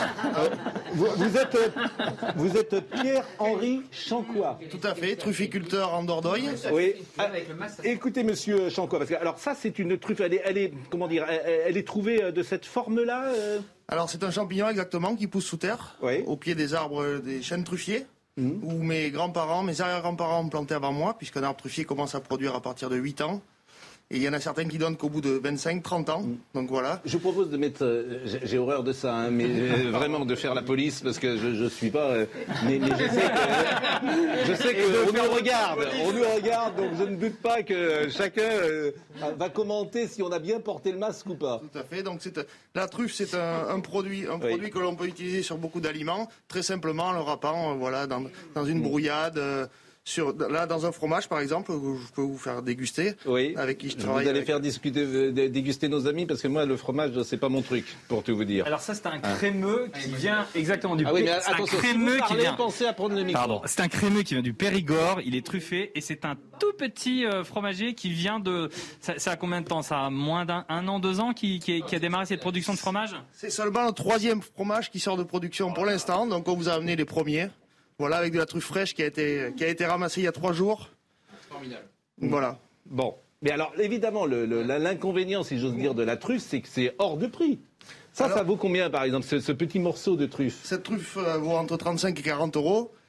Vous êtes Pierre-Henri Chancois. Tout à fait, trufficulteur en Dordogne. Oui. Écoutez, monsieur Chancois, parce que alors ça c'est une truffe. Elle est comment dire, elle est trouvée de cette forme-là. Alors c'est un champignon exactement qui pousse sous terre, au pied des arbres, des chênes truffiers. Où mes grands-parents, mes arrière-grands-parents ont planté avant moi, puisqu'un arbre truffier commence à produire à partir de 8 ans. Et il y en a certains qui donnent qu'au bout de 25-30 ans. Donc voilà. Je propose de mettre... j'ai horreur de ça, hein, mais vraiment de faire la police, parce que je ne suis pas... mais je sais qu'on nous regarde, donc je ne doute pas que chacun va commenter si on a bien porté le masque ou pas. Tout à fait. Donc la truffe, c'est un produit que l'on peut utiliser sur beaucoup d'aliments, très simplement en le râpant dans une brouillade... dans un fromage, par exemple, que je peux vous faire déguster, avec qui je travaille. Vous allez faire déguster nos amis, parce que moi, le fromage, c'est pas mon truc, pour tout vous dire. Alors ça, c'est un crémeux qui vient exactement du Périgord. Ah oui, mais attention, si vous parlez, pensez à prendre le micro. Pardon, c'est un crémeux qui vient du Périgord, il est truffé, et c'est un tout petit fromager qui vient de... Ça a combien de temps? Ça a moins d'un an, 2 ans qui a démarré cette production de fromage? C'est seulement le 3e fromage qui sort de production pour l'instant, donc on vous a amené les premiers. Voilà, avec de la truffe fraîche qui a été ramassée il y a 3 jours. Formidable. Voilà. Bon. Mais alors, évidemment, l'inconvénient, si j'ose dire, de la truffe, c'est que c'est hors de prix. Ça vaut combien, par exemple, ce petit morceau de truffe? Cette truffe vaut entre 35 et 40 euros.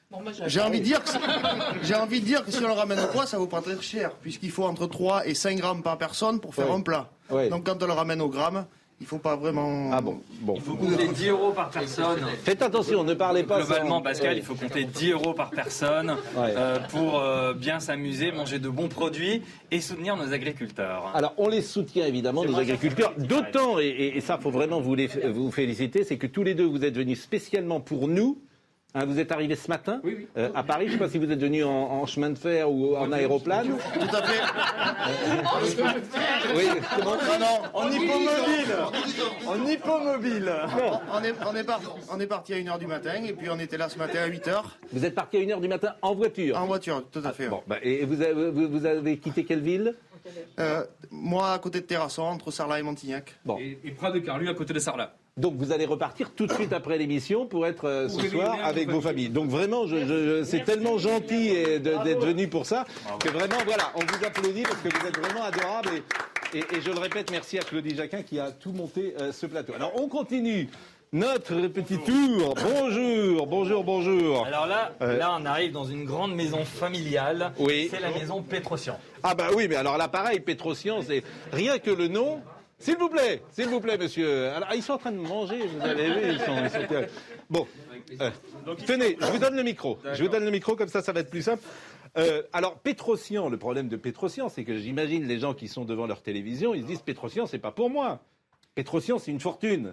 J'ai envie de dire que si on le ramène au poids, ça vous prend très cher, puisqu'il faut entre 3 et 5 grammes par personne pour faire un plat. Ouais. Donc quand on le ramène au gramme, il ne faut pas vraiment... Ah bon. Il faut compter 10 € par personne. Faites attention, ne parlez pas... Globalement, Pascal, il faut compter 10 € par personne pour bien s'amuser, manger de bons produits et soutenir nos agriculteurs. Alors, on les soutient évidemment, nos agriculteurs. D'autant, et ça, il faut vraiment vous féliciter, c'est que tous les deux, vous êtes venus spécialement pour nous. Vous êtes arrivés ce matin à Paris. Je ne sais pas si vous êtes venus en chemin de fer ou en aéroplane. Tout à fait. Oui, comment ? Non, en hippomobile. En hippomobile. On est parti à 1h du matin et puis on était là ce matin à 8h. Vous êtes parti à 1h du matin en voiture ? En voiture, tout à fait. Bon, et vous avez quitté quelle ville ? Moi, à côté de Terrasson, entre Sarlat et Montignac. Bon. Et Prat de Carlu, à côté de Sarlat. Donc vous allez repartir tout de suite après l'émission pour être ce soir avec vos familles. Donc vraiment, c'est tellement gentil d'être venu pour ça que vraiment, voilà, on vous applaudit parce que vous êtes vraiment adorable. Et je le répète, merci à Claudie Jacquin qui a tout monté ce plateau. Alors on continue notre petit tour. Bonjour. Alors là, on arrive dans une grande maison familiale. Oui. C'est la maison Pétrosian. Ah bah oui, mais alors là, pareil, Pétrosian, c'est rien que le nom... S'il vous plaît, monsieur. Alors, ils sont en train de manger, vous avez vu, ils sont... Bon, tenez, je vous donne le micro. Comme ça va être plus simple. Alors, Pétrosian, le problème de Pétrosian, c'est que j'imagine les gens qui sont devant leur télévision, ils se disent Pétrosian, c'est pas pour moi. Pétrosian, c'est une fortune.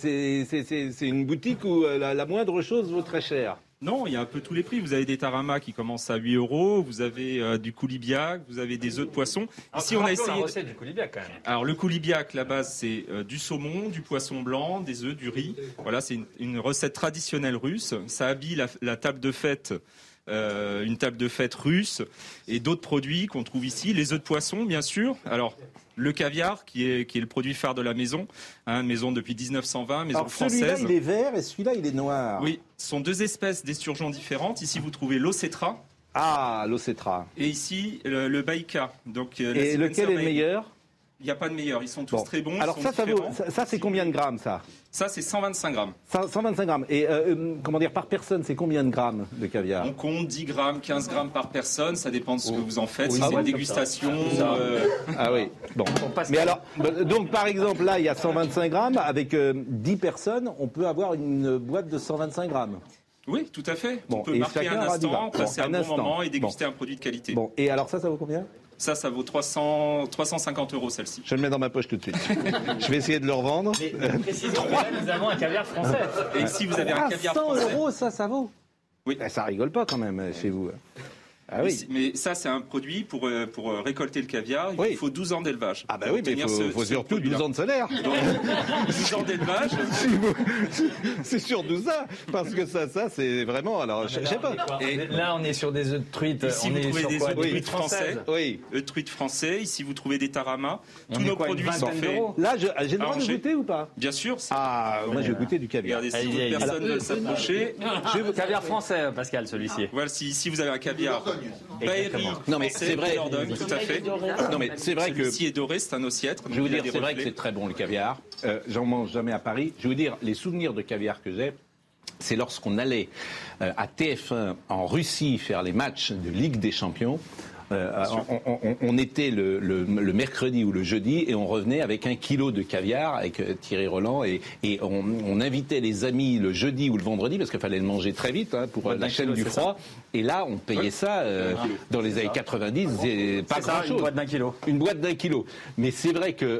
C'est une boutique où la moindre chose vaut très cher. Non, il y a un peu tous les prix. Vous avez des taramas qui commencent à 8 €, vous avez du coulibiac, vous avez des œufs de poisson. Ici, on a essayé la recette du coulibiac quand même. Alors le coulibiac, la base, c'est du saumon, du poisson blanc, des œufs, du riz. Voilà, c'est une recette traditionnelle russe. Ça habille la table de fête. Une table de fête russe et d'autres produits qu'on trouve ici. Les œufs de poisson, bien sûr. Alors, le caviar, qui est le produit phare de la maison. Maison depuis 1920, maison française. Celui-là, il est vert et celui-là, il est noir. Oui, ce sont deux espèces d'esturgeons différentes. Ici, vous trouvez l'océtra. Ah, l'océtra. Et ici, le baïka. Donc, et lequel est le meilleur ? Il n'y a pas de meilleur, ils sont tous très bons. Alors ça c'est combien de grammes ça ? Ça c'est 125 grammes. 125 grammes. Et par personne, c'est combien de grammes de caviar ? On compte 10 grammes, 15 grammes par personne, ça dépend de ce que vous en faites. Si c'est une dégustation... Ah oui, bon. Mais alors, donc par exemple là il y a 125 grammes, avec 10 personnes, on peut avoir une boîte de 125 grammes. Oui, tout à fait. On peut marquer un instant, passer un bon moment et déguster un produit de qualité. Bon, et alors ça vaut combien ? Ça vaut 350 € celle-ci. Je le mets dans ma poche tout de suite. Je vais essayer de le revendre. Mais précisons que nous avons un caviar français. Et ici vous avez un caviar français. 100 € ça vaut ? Oui. Ça rigole pas quand même chez vous. Ah oui. Mais ça, c'est un produit pour récolter le caviar. Il faut 12 ans d'élevage. Ah bah oui, mais il faut surtout 12 ans de salaire. Donc, 12 ans d'élevage. C'est sur 12 ans. Parce que ça c'est vraiment... Alors, je sais pas. Et là, on est sur des œufs de truite. Ici, vous trouvez des œufs de truite français. Oui. Œufs de truite français. Ici, vous trouvez des taramas. Tous nos produits sont faits. Là, j'ai le droit de goûter ou pas ? Bien sûr. Moi, je vais goûter du caviar. Regardez, si d'autres personnes veulent s'approcher. Caviar français, Pascal, celui-ci. Voilà, si vous avez un caviar... Non mais c'est vrai, tout à fait. Non mais c'est vrai que celui-ci est doré, c'est un ossiètre. Je vais vous dire, c'est vrai que c'est très bon le caviar. J'en mange jamais à Paris. Je vais vous dire, les souvenirs de caviar que j'ai, c'est lorsqu'on allait à TF1 en Russie faire les matchs de Ligue des Champions. On était le mercredi ou le jeudi et on revenait avec 1 kilo de caviar avec Thierry Roland et on invitait les amis le jeudi ou le vendredi parce qu'il fallait le manger très vite pour la chaîne du froid. Et là, on payait ça dans les années 90, c'est pas grand-chose. Une boîte d'1 kilo. Une boîte d'1 kilo. Mais c'est vrai que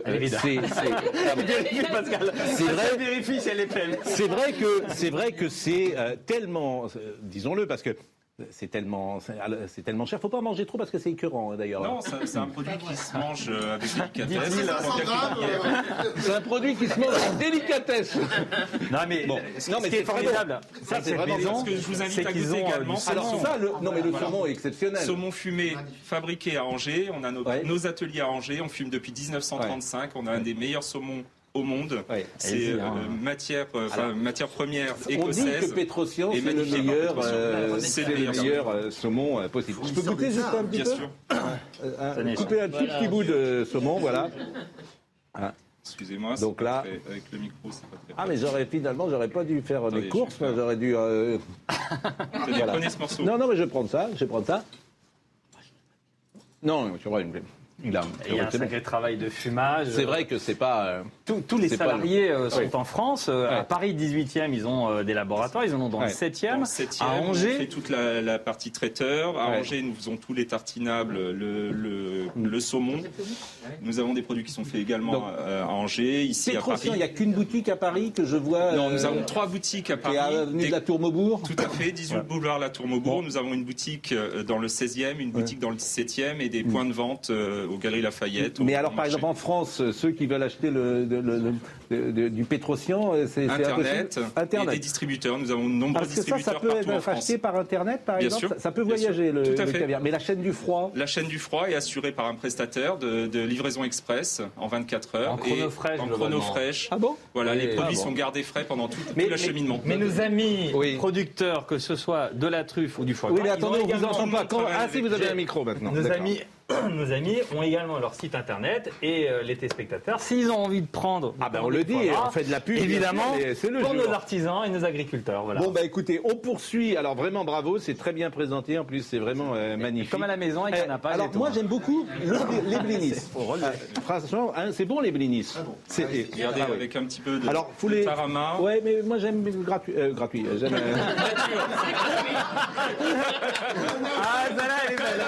Vérifie si elle est pleine. C'est vrai que c'est tellement, disons-le, parce que c'est tellement cher. Faut pas en manger trop parce que c'est écœurant d'ailleurs. Non, c'est un produit qui se mange avec délicatesse. C'est un produit qui se mange avec délicatesse. Non mais ce qui est formidable, ça c'est vraiment ce que je vous invite à goûter également. Alors ça, le saumon est exceptionnel. Saumon fumé fabriqué à Angers. On a nos ateliers à Angers. On fume depuis 1935. On a un des meilleurs saumons au monde. C'est matière première écossaise. On dit que Pétrosian, c'est le meilleur saumon possible. Je peux goûter juste un petit peu ? Bien sûr. Couper un tout petit bout de saumon, voilà. excusez-moi. Donc là, avec le micro, c'est pas très. Ah, mais j'aurais pas dû faire mes courses, mais j'aurais dû. Voilà. Prenez ce morceau. Non, mais je vais prendre ça. Non, tu vois, il y a un sacré travail de fumage. C'est vrai que c'est pas. Tous les salariés sont en France. À Paris 18e, ils ont des laboratoires. Ils en ont dans le 7e. À Angers. On fait toute la partie traiteur. À Angers, nous faisons tous les tartinables, le saumon. Nous avons des produits qui sont faits également à Angers. Ici à Paris. Il n'y a qu'une boutique à Paris que je vois. Non, nous avons 3 boutiques à Paris. Et à l'avenue de la Tour-Maubourg. Tout à fait, 18 boulevard la Tour-Maubourg. Nous avons une boutique dans le 16e, une boutique dans le 17e et des points de vente aux Galeries Lafayette. Mais alors, par exemple, en France, ceux qui veulent acheter du pétrocian, c'est Internet et des distributeurs. Nous avons de nombreux distributeurs partout en France. Ça peut être acheté par Internet, par exemple. Ça peut voyager le caviar. Mais la chaîne du froid. La chaîne du froid est assurée par un prestataire de livraison express en 24 heures. En chronofresh. En chronofresh. Ah bon? Voilà, les produits sont gardés frais pendant tout l'acheminement. Mais nos amis producteurs, que ce soit de la truffe ou du foie gras. Oui, mais attendez, on vous entend pas. Ah si, vous avez un micro maintenant. Nos amis ont également leur site internet et les téléspectateurs, s'ils ont envie de prendre... Ah ben on le dit, on fait de la pub. Évidemment, c'est le pour jour. nos artisans et nos agriculteurs. Voilà. Bon bah écoutez, on poursuit. Alors vraiment bravo, c'est très bien présenté. En plus, c'est vraiment magnifique. Comme à la maison, il n'y en a pas. Alors moi j'aime beaucoup les blinis. Franchement, c'est bon les blinis. Regardez avec un petit peu de tarama. Ouais, mais moi j'aime gratuit. J'aime. Ah, celle-là, elle est belle.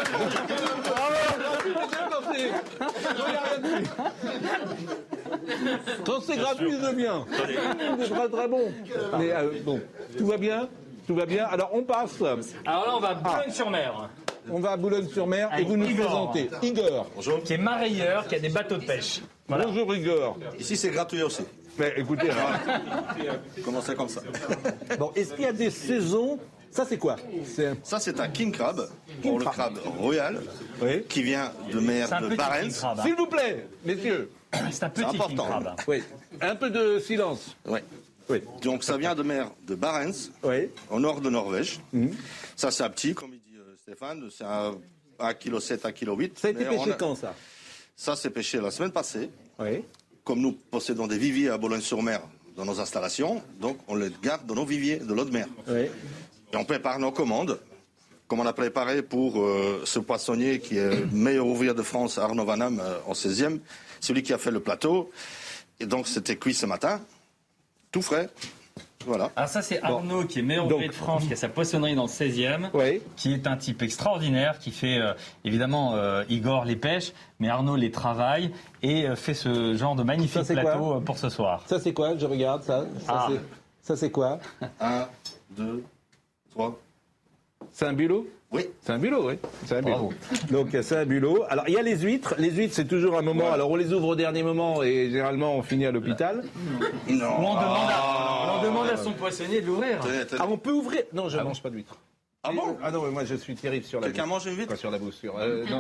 Quand c'est gratuit, c'est bien. C'est très très bon. Mais bon, tout va bien. Alors on passe. Alors là, on va à Boulogne-sur-Mer. On va à Boulogne-sur-Mer et vous nous présentez Igor. Bonjour. Qui est marailleur, qui a des bateaux de pêche. Voilà. Bonjour Igor. Ici c'est gratuit aussi. Mais écoutez, commencez comme ça. Bon, est-ce qu'il y a des saisons? Ça, c'est quoi? Ça, c'est un king crab, le crabe royal, qui vient de mer de Barents. S'il vous plaît, messieurs. C'est un petit king crab. Oui. Un peu de silence. Oui. Donc, ça vient de mer de Barents, au nord de Norvège. Ça, c'est un petit, comme il dit Stéphane, c'est un 1,7 kg, 1,8 kg. Ça a été pêché quand, ça? Ça, c'est pêché la semaine passée. Oui. Comme nous possédons des viviers à Boulogne-sur-Mer dans nos installations, donc on les garde dans nos viviers de l'eau de mer. Oui. Et on prépare nos commandes, comme on a préparé pour ce poissonnier qui est le meilleur ouvrier de France, Arnaud Vanham, en 16e, celui qui a fait le plateau. Et donc c'était cuit ce matin, tout frais. Voilà. Alors ça c'est Arnaud qui est meilleur ouvrier de France, qui a sa poissonnerie dans le 16e, qui est un type extraordinaire, qui fait évidemment Igor les pêches, mais Arnaud les travaille et fait ce genre de magnifique plateau pour ce soir. Ça c'est quoi? Je regarde ça. Ça c'est quoi? 1, 2, 3. C'est un bulot? Oui. C'est un bulot, oui. C'est un bulot. Donc c'est un bulot. Alors il y a les huîtres. Les huîtres, c'est toujours un moment. Alors on les ouvre au dernier moment et généralement on finit à l'hôpital. Non. On demande à son poissonnier de l'ouvrir. Ah, on peut ouvrir? Non, je ne mange pas d'huîtres. Ah bon? Ah non, mais moi je suis terrible sur la bouffe. Quelqu'un mange une huître? Pas sur la bouffe, non.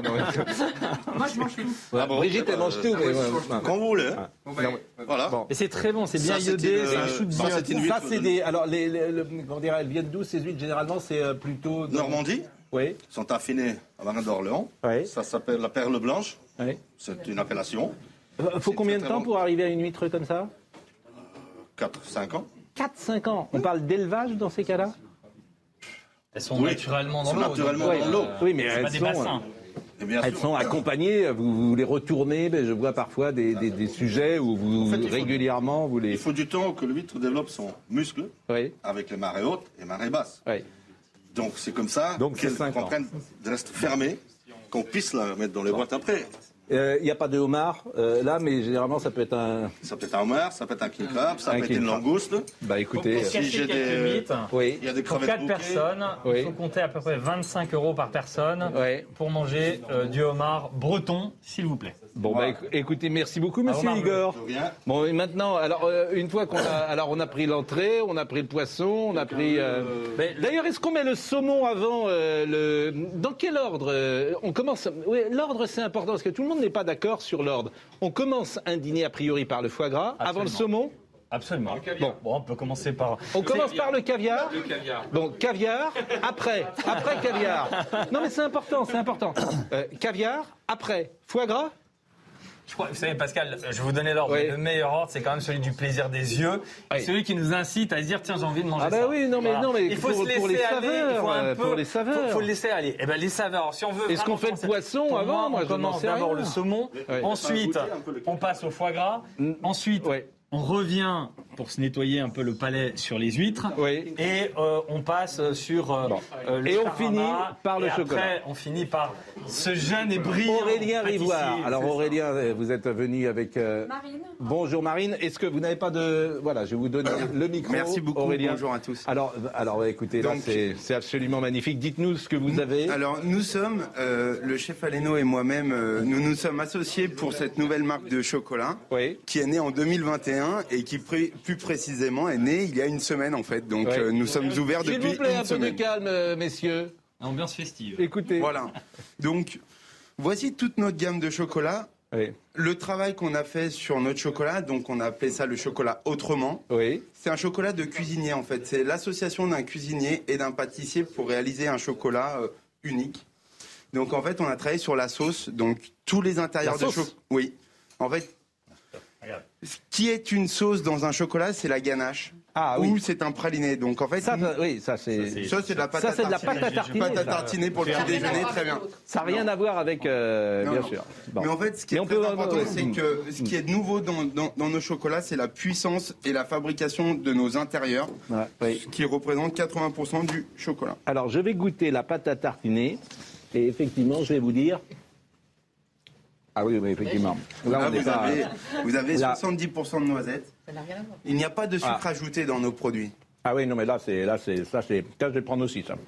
Moi je mange tout. Ah bon, Brigitte, elle mange tout. Quand vous voulez. Voilà. Et c'est très bon, c'est bien iodé, c'est un chou de ça, c'est une huître. Ça, c'est des. Alors, comment dire, elles viennent d'où ces huîtres? Généralement, c'est plutôt. Normandie. Oui. Sont affinées à Marin d'Orléans. Oui. Ça s'appelle la perle blanche. Oui. C'est une appellation. Il faut combien de temps pour arriver à une huître comme ça? 4-5 ans. 4-5 ans. On parle d'élevage dans ces cas-là? Elles sont naturellement dans l'eau. Naturellement dans l'eau. Oui, mais elles sont. Elles sont accompagnées, vous les retournez, je vois parfois des sujets où vous régulièrement vous les... Il faut du temps que l'huître développe son muscle avec les marées hautes et marées basses. Donc c'est comme ça qu'elle comprenne de rester fermée, qu'on puisse la mettre dans les boîtes après. Il n'y a pas de homard là, mais généralement ça peut être un... Ça peut être un homard, ça peut être un king crab, ça peut être une langouste. Bah écoutez... Pour casser quelques mythes, il y a des pour crevettes 4 personnes, il faut compter à peu près 25 € par personne pour manger du homard breton, s'il vous plaît. Bon, bah, écoutez, merci beaucoup, monsieur Igor. Bon, et maintenant, alors, une fois qu'on a, alors, on a pris l'entrée, on a pris le poisson, on a pris, D'ailleurs, est-ce qu'on met le saumon avant dans quel ordre on commence? Oui, l'ordre, c'est important, parce que tout le monde n'est pas d'accord sur l'ordre. On commence un dîner, a priori, par le foie gras, avant le saumon? Absolument. Bon, on peut commencer par... On commence par le caviar. Le caviar. Bon, caviar, après caviar. Non, mais c'est important, c'est important. Caviar, après foie gras. Je crois, vous savez, Pascal, je vais vous donner l'ordre. Le meilleur ordre, c'est quand même celui du plaisir des yeux. Celui qui nous incite à se dire, tiens, j'ai envie de manger ça. Oui, non, mais il faut se laisser pour les aller. saveurs, pour les saveurs. Il faut le laisser aller. Eh ben, les saveurs. Alors, si on veut. Est-ce qu'on fait le poisson avant? On commence d'abord le saumon. Ensuite, on passe au foie gras. Ensuite, on revient pour se nettoyer un peu le palais sur les huîtres. Et on passe sur et on finit par le chocolat. Après, on finit par ce jeune et brillant Aurélien Rivoire. Alors Aurélien, vous êtes venu avec... Marine. Bonjour Marine. Est-ce que vous n'avez pas de... Voilà, je vais vous donner le micro. Merci beaucoup, Aurélien. bonjour à tous. Alors écoutez, donc, là c'est absolument magnifique. Dites-nous ce que vous avez. Alors nous sommes, le chef Aleno et moi-même, nous sommes associés pour cette nouvelle marque de chocolat qui est née en 2021 et qui plus précisément est née il y a une semaine en fait. Donc nous sommes ouverts depuis une semaine. S'il vous plaît, un peu de calme, messieurs. Ambiance festive. Écoutez. Voilà. Donc voici toute notre gamme de chocolat. Le travail qu'on a fait sur notre chocolat, donc on a appelé ça le chocolat autrement. C'est un chocolat de cuisinier en fait. C'est l'association d'un cuisinier et d'un pâtissier pour réaliser un chocolat unique. Donc en fait, on a travaillé sur la sauce, donc tous les intérieurs de chocolat. Oui. En fait, ce qui est une sauce dans un chocolat, c'est la ganache. Ou c'est un praliné. Donc en fait, ça c'est de la pâte à tartiner. Pâte à tartiner pour le petit déjeuner, très bien. Ça n'a rien à voir avec, bien sûr. Bon. Mais en fait, ce qui est très important, c'est que ce qui est nouveau dans nos chocolats, c'est la puissance et la fabrication de nos intérieurs, qui représentent 80% du chocolat. Alors, je vais goûter la pâte à tartiner, et effectivement, je vais vous dire. Ah oui, effectivement. Là, vous avez 70% de noisettes. Il n'y a pas de sucre ajouté dans nos produits. Ah oui, non, mais là, je vais prendre aussi, ça.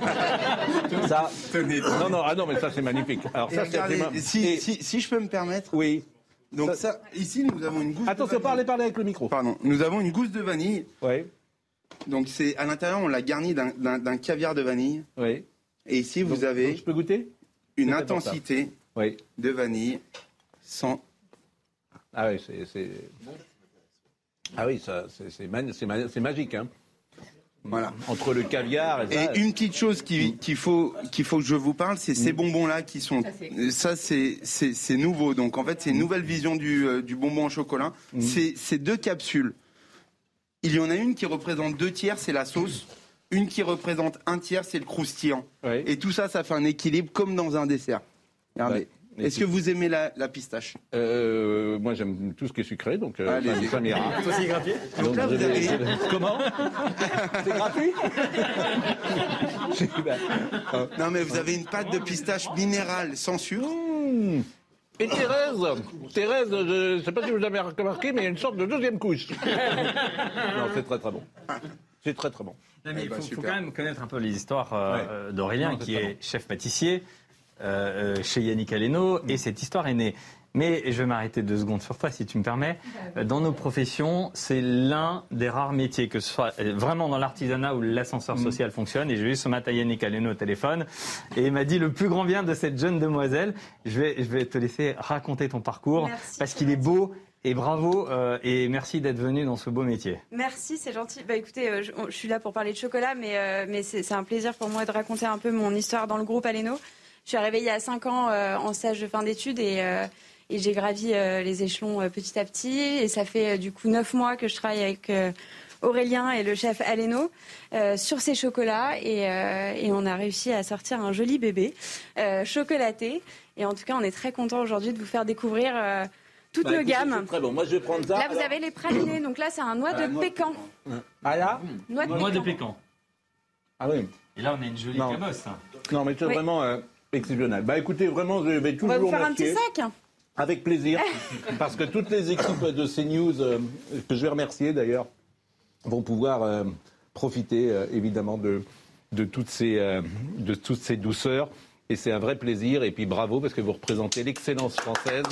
Ça. Non, mais ça, c'est magnifique. Alors, ça, regardez, si je peux me permettre. Oui. Donc, ici, nous avons une gousse. Attention, parlez avec le micro. Pardon. Nous avons une gousse de vanille. Donc, à l'intérieur, on l'a garni d'un caviar de vanille. Et ici, vous avez. Je peux goûter? Une intensité de vanille sans. Ah oui, Ah oui, c'est magique, hein. Voilà. Entre le caviar et ça. Et une petite chose qu'il faut que je vous parle, c'est ces bonbons-là qui sont. Ça, c'est nouveau. Donc en fait, c'est une nouvelle vision du bonbon au chocolat. C'est 2 capsules. Il y en a une qui représente 2 tiers, c'est la sauce. Une qui représente 1 tiers, c'est le croustillant. Et tout ça, ça fait un équilibre comme dans un dessert. Regardez. Est-ce que vous aimez la pistache? Moi, j'aime tout ce qui est sucré, donc ça m'ira. C'est aussi gratuit. Donc là, vous avez... Comment? C'est gratuit? Non, mais vous avez une pâte de pistache minérale sans sucre. Et Thérèse, je ne sais pas si vous avez remarqué, mais il y a une sorte de 2e couche. Non, c'est très très bon. C'est très très bon. Non, mais il faut quand même connaître un peu les histoires d'Aurélien, qui est chef pâtissier chez Yannick Aleno, et cette histoire est née. Mais je vais m'arrêter 2 secondes sur toi, si tu me permets. Dans nos professions, c'est l'un des rares métiers, que ce soit vraiment dans l'artisanat où l'ascenseur social fonctionne. Et j'ai eu ce matin Yannick Aleno au téléphone, et il m'a dit le plus grand bien de cette jeune demoiselle. Je vais te laisser raconter ton parcours, parce qu'il est beau. Et bravo, et merci d'être venu dans ce beau métier. Merci, c'est gentil. Écoutez, je suis là pour parler de chocolat, mais c'est un plaisir pour moi de raconter un peu mon histoire dans le groupe Aleno. Je suis arrivée il y a 5 ans en stage de fin d'études et j'ai gravi les échelons petit à petit. Et ça fait du coup 9 mois que je travaille avec Aurélien et le chef Aleno sur ces chocolats. Et on a réussi à sortir un joli bébé chocolaté. Et en tout cas, on est très content aujourd'hui de vous faire découvrir toutes nos gammes. C'est très bon. Moi, je vais prendre ça. Là, vous avez les pralinés. Donc là, c'est un noix de pécan. Ah là Noix de pécan. Ah oui. Et là, on a une jolie cabosse. Non, mais c'est vraiment exceptionnel. Écoutez, vraiment, je vais toujours on va vous faire remercier. un petit sac. Avec plaisir, parce que toutes les équipes de CNews, que je vais remercier d'ailleurs, vont pouvoir profiter évidemment de toutes ces douceurs. Et c'est un vrai plaisir. Et puis bravo, parce que vous représentez l'excellence française.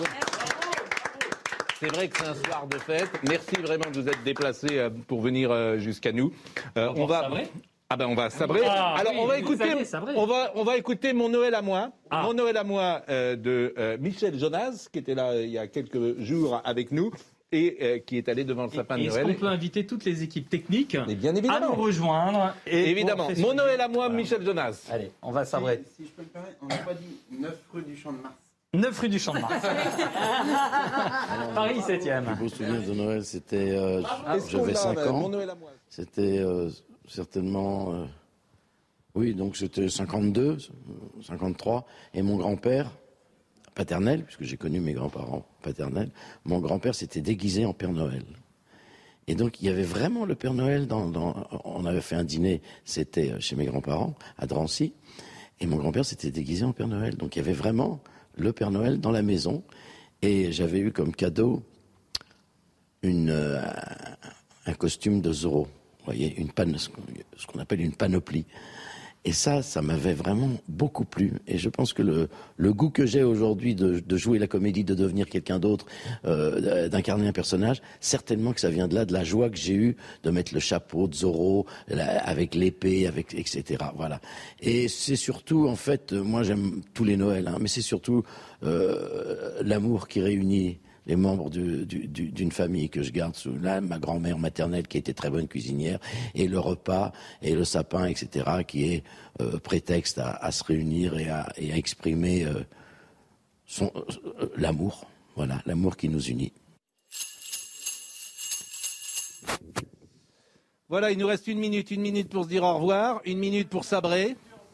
C'est vrai que c'est un soir de fête. Merci vraiment de vous être déplacés pour venir jusqu'à nous. On va sabrer. On va sabrer. Alors on va écouter Mon Noël à moi. Mon Noël à moi de Michel Jonas, qui était là il y a quelques jours avec nous et qui est allé devant le sapin de Noël. Est-ce qu'on peut inviter toutes les équipes techniques bien évidemment. à nous rejoindre évidemment. Mon Noël à moi, Michel Jonas. Allez, on va sabrer. Si je peux me permettre, on n'a pas dit 9 rue du Champ de Mars. 9 rue du Champ de Mars. Paris 7e. Le plus beau souvenir de Noël, c'était... j'avais 5 ans. Mon Noël à moi. C'était certainement... oui, donc c'était 52, 53. Et mon grand-père, paternel, puisque j'ai connu mes grands-parents paternels, mon grand-père s'était déguisé en Père Noël. Et donc, il y avait vraiment le Père Noël on avait fait un dîner, c'était chez mes grands-parents, à Drancy. Et mon grand-père s'était déguisé en Père Noël. Donc, il y avait vraiment le Père Noël dans la maison. Et j'avais eu comme cadeau un costume de Zorro. Vous voyez, ce qu'on appelle une panoplie. Et ça m'avait vraiment beaucoup plu. Et je pense que le goût que j'ai aujourd'hui de jouer la comédie, de devenir quelqu'un d'autre, d'incarner un personnage, certainement que ça vient de là, de la joie que j'ai eue de mettre le chapeau de Zorro, avec l'épée, etc. Voilà. Et c'est surtout, en fait, moi j'aime tous les Noëls, mais c'est surtout l'amour qui réunit les membres d'une famille que je garde sous là, ma grand-mère maternelle qui était très bonne cuisinière, et le repas et le sapin, etc., qui est prétexte à se réunir et à exprimer l'amour, voilà, l'amour qui nous unit. Voilà, il nous reste une minute pour se dire au revoir, 1 minute pour sabrer.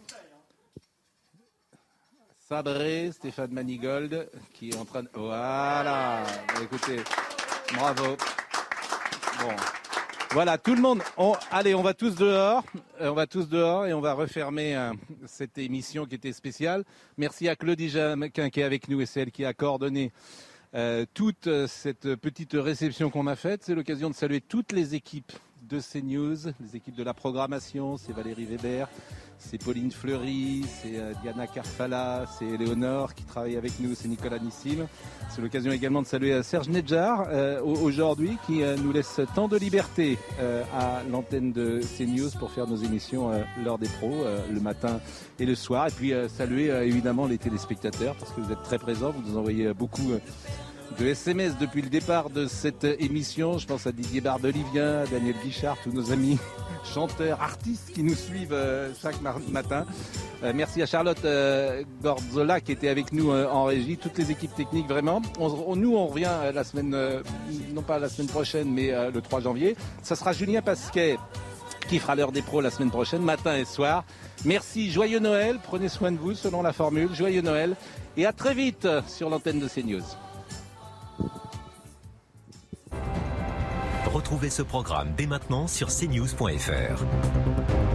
Sabré, Stéphane Manigold, qui est en train de... Voilà, écoutez, bravo. Bon, voilà, tout le monde, allez, on va tous dehors et on va refermer cette émission qui était spéciale. Merci à Claudie Jamequin qui est avec nous et c'est elle qui a coordonné toute cette petite réception qu'on a faite. C'est l'occasion de saluer toutes les équipes de CNews, les équipes de la programmation, c'est Valérie Weber, c'est Pauline Fleury, c'est Diana Carfala, c'est Éléonore qui travaille avec nous, c'est Nicolas Nissim. C'est l'occasion également de saluer Serge Nedjar aujourd'hui qui nous laisse tant de liberté à l'antenne de CNews pour faire nos émissions l'heure des pros le matin et le soir. Et puis saluer évidemment les téléspectateurs parce que vous êtes très présents, vous nous envoyez beaucoup de SMS depuis le départ de cette émission. Je pense à Didier Barbelivien, à Daniel Guichard, tous nos amis chanteurs, artistes qui nous suivent chaque matin. Merci à Charlotte Gorzola qui était avec nous en régie, toutes les équipes techniques vraiment. Nous on revient la semaine, non pas la semaine prochaine, mais le 3 janvier. Ça sera Julien Pasquet qui fera l'heure des pros la semaine prochaine, matin et soir. Merci, joyeux Noël, prenez soin de vous selon la formule, joyeux Noël et à très vite sur l'antenne de CNews. Retrouvez ce programme dès maintenant sur cnews.fr.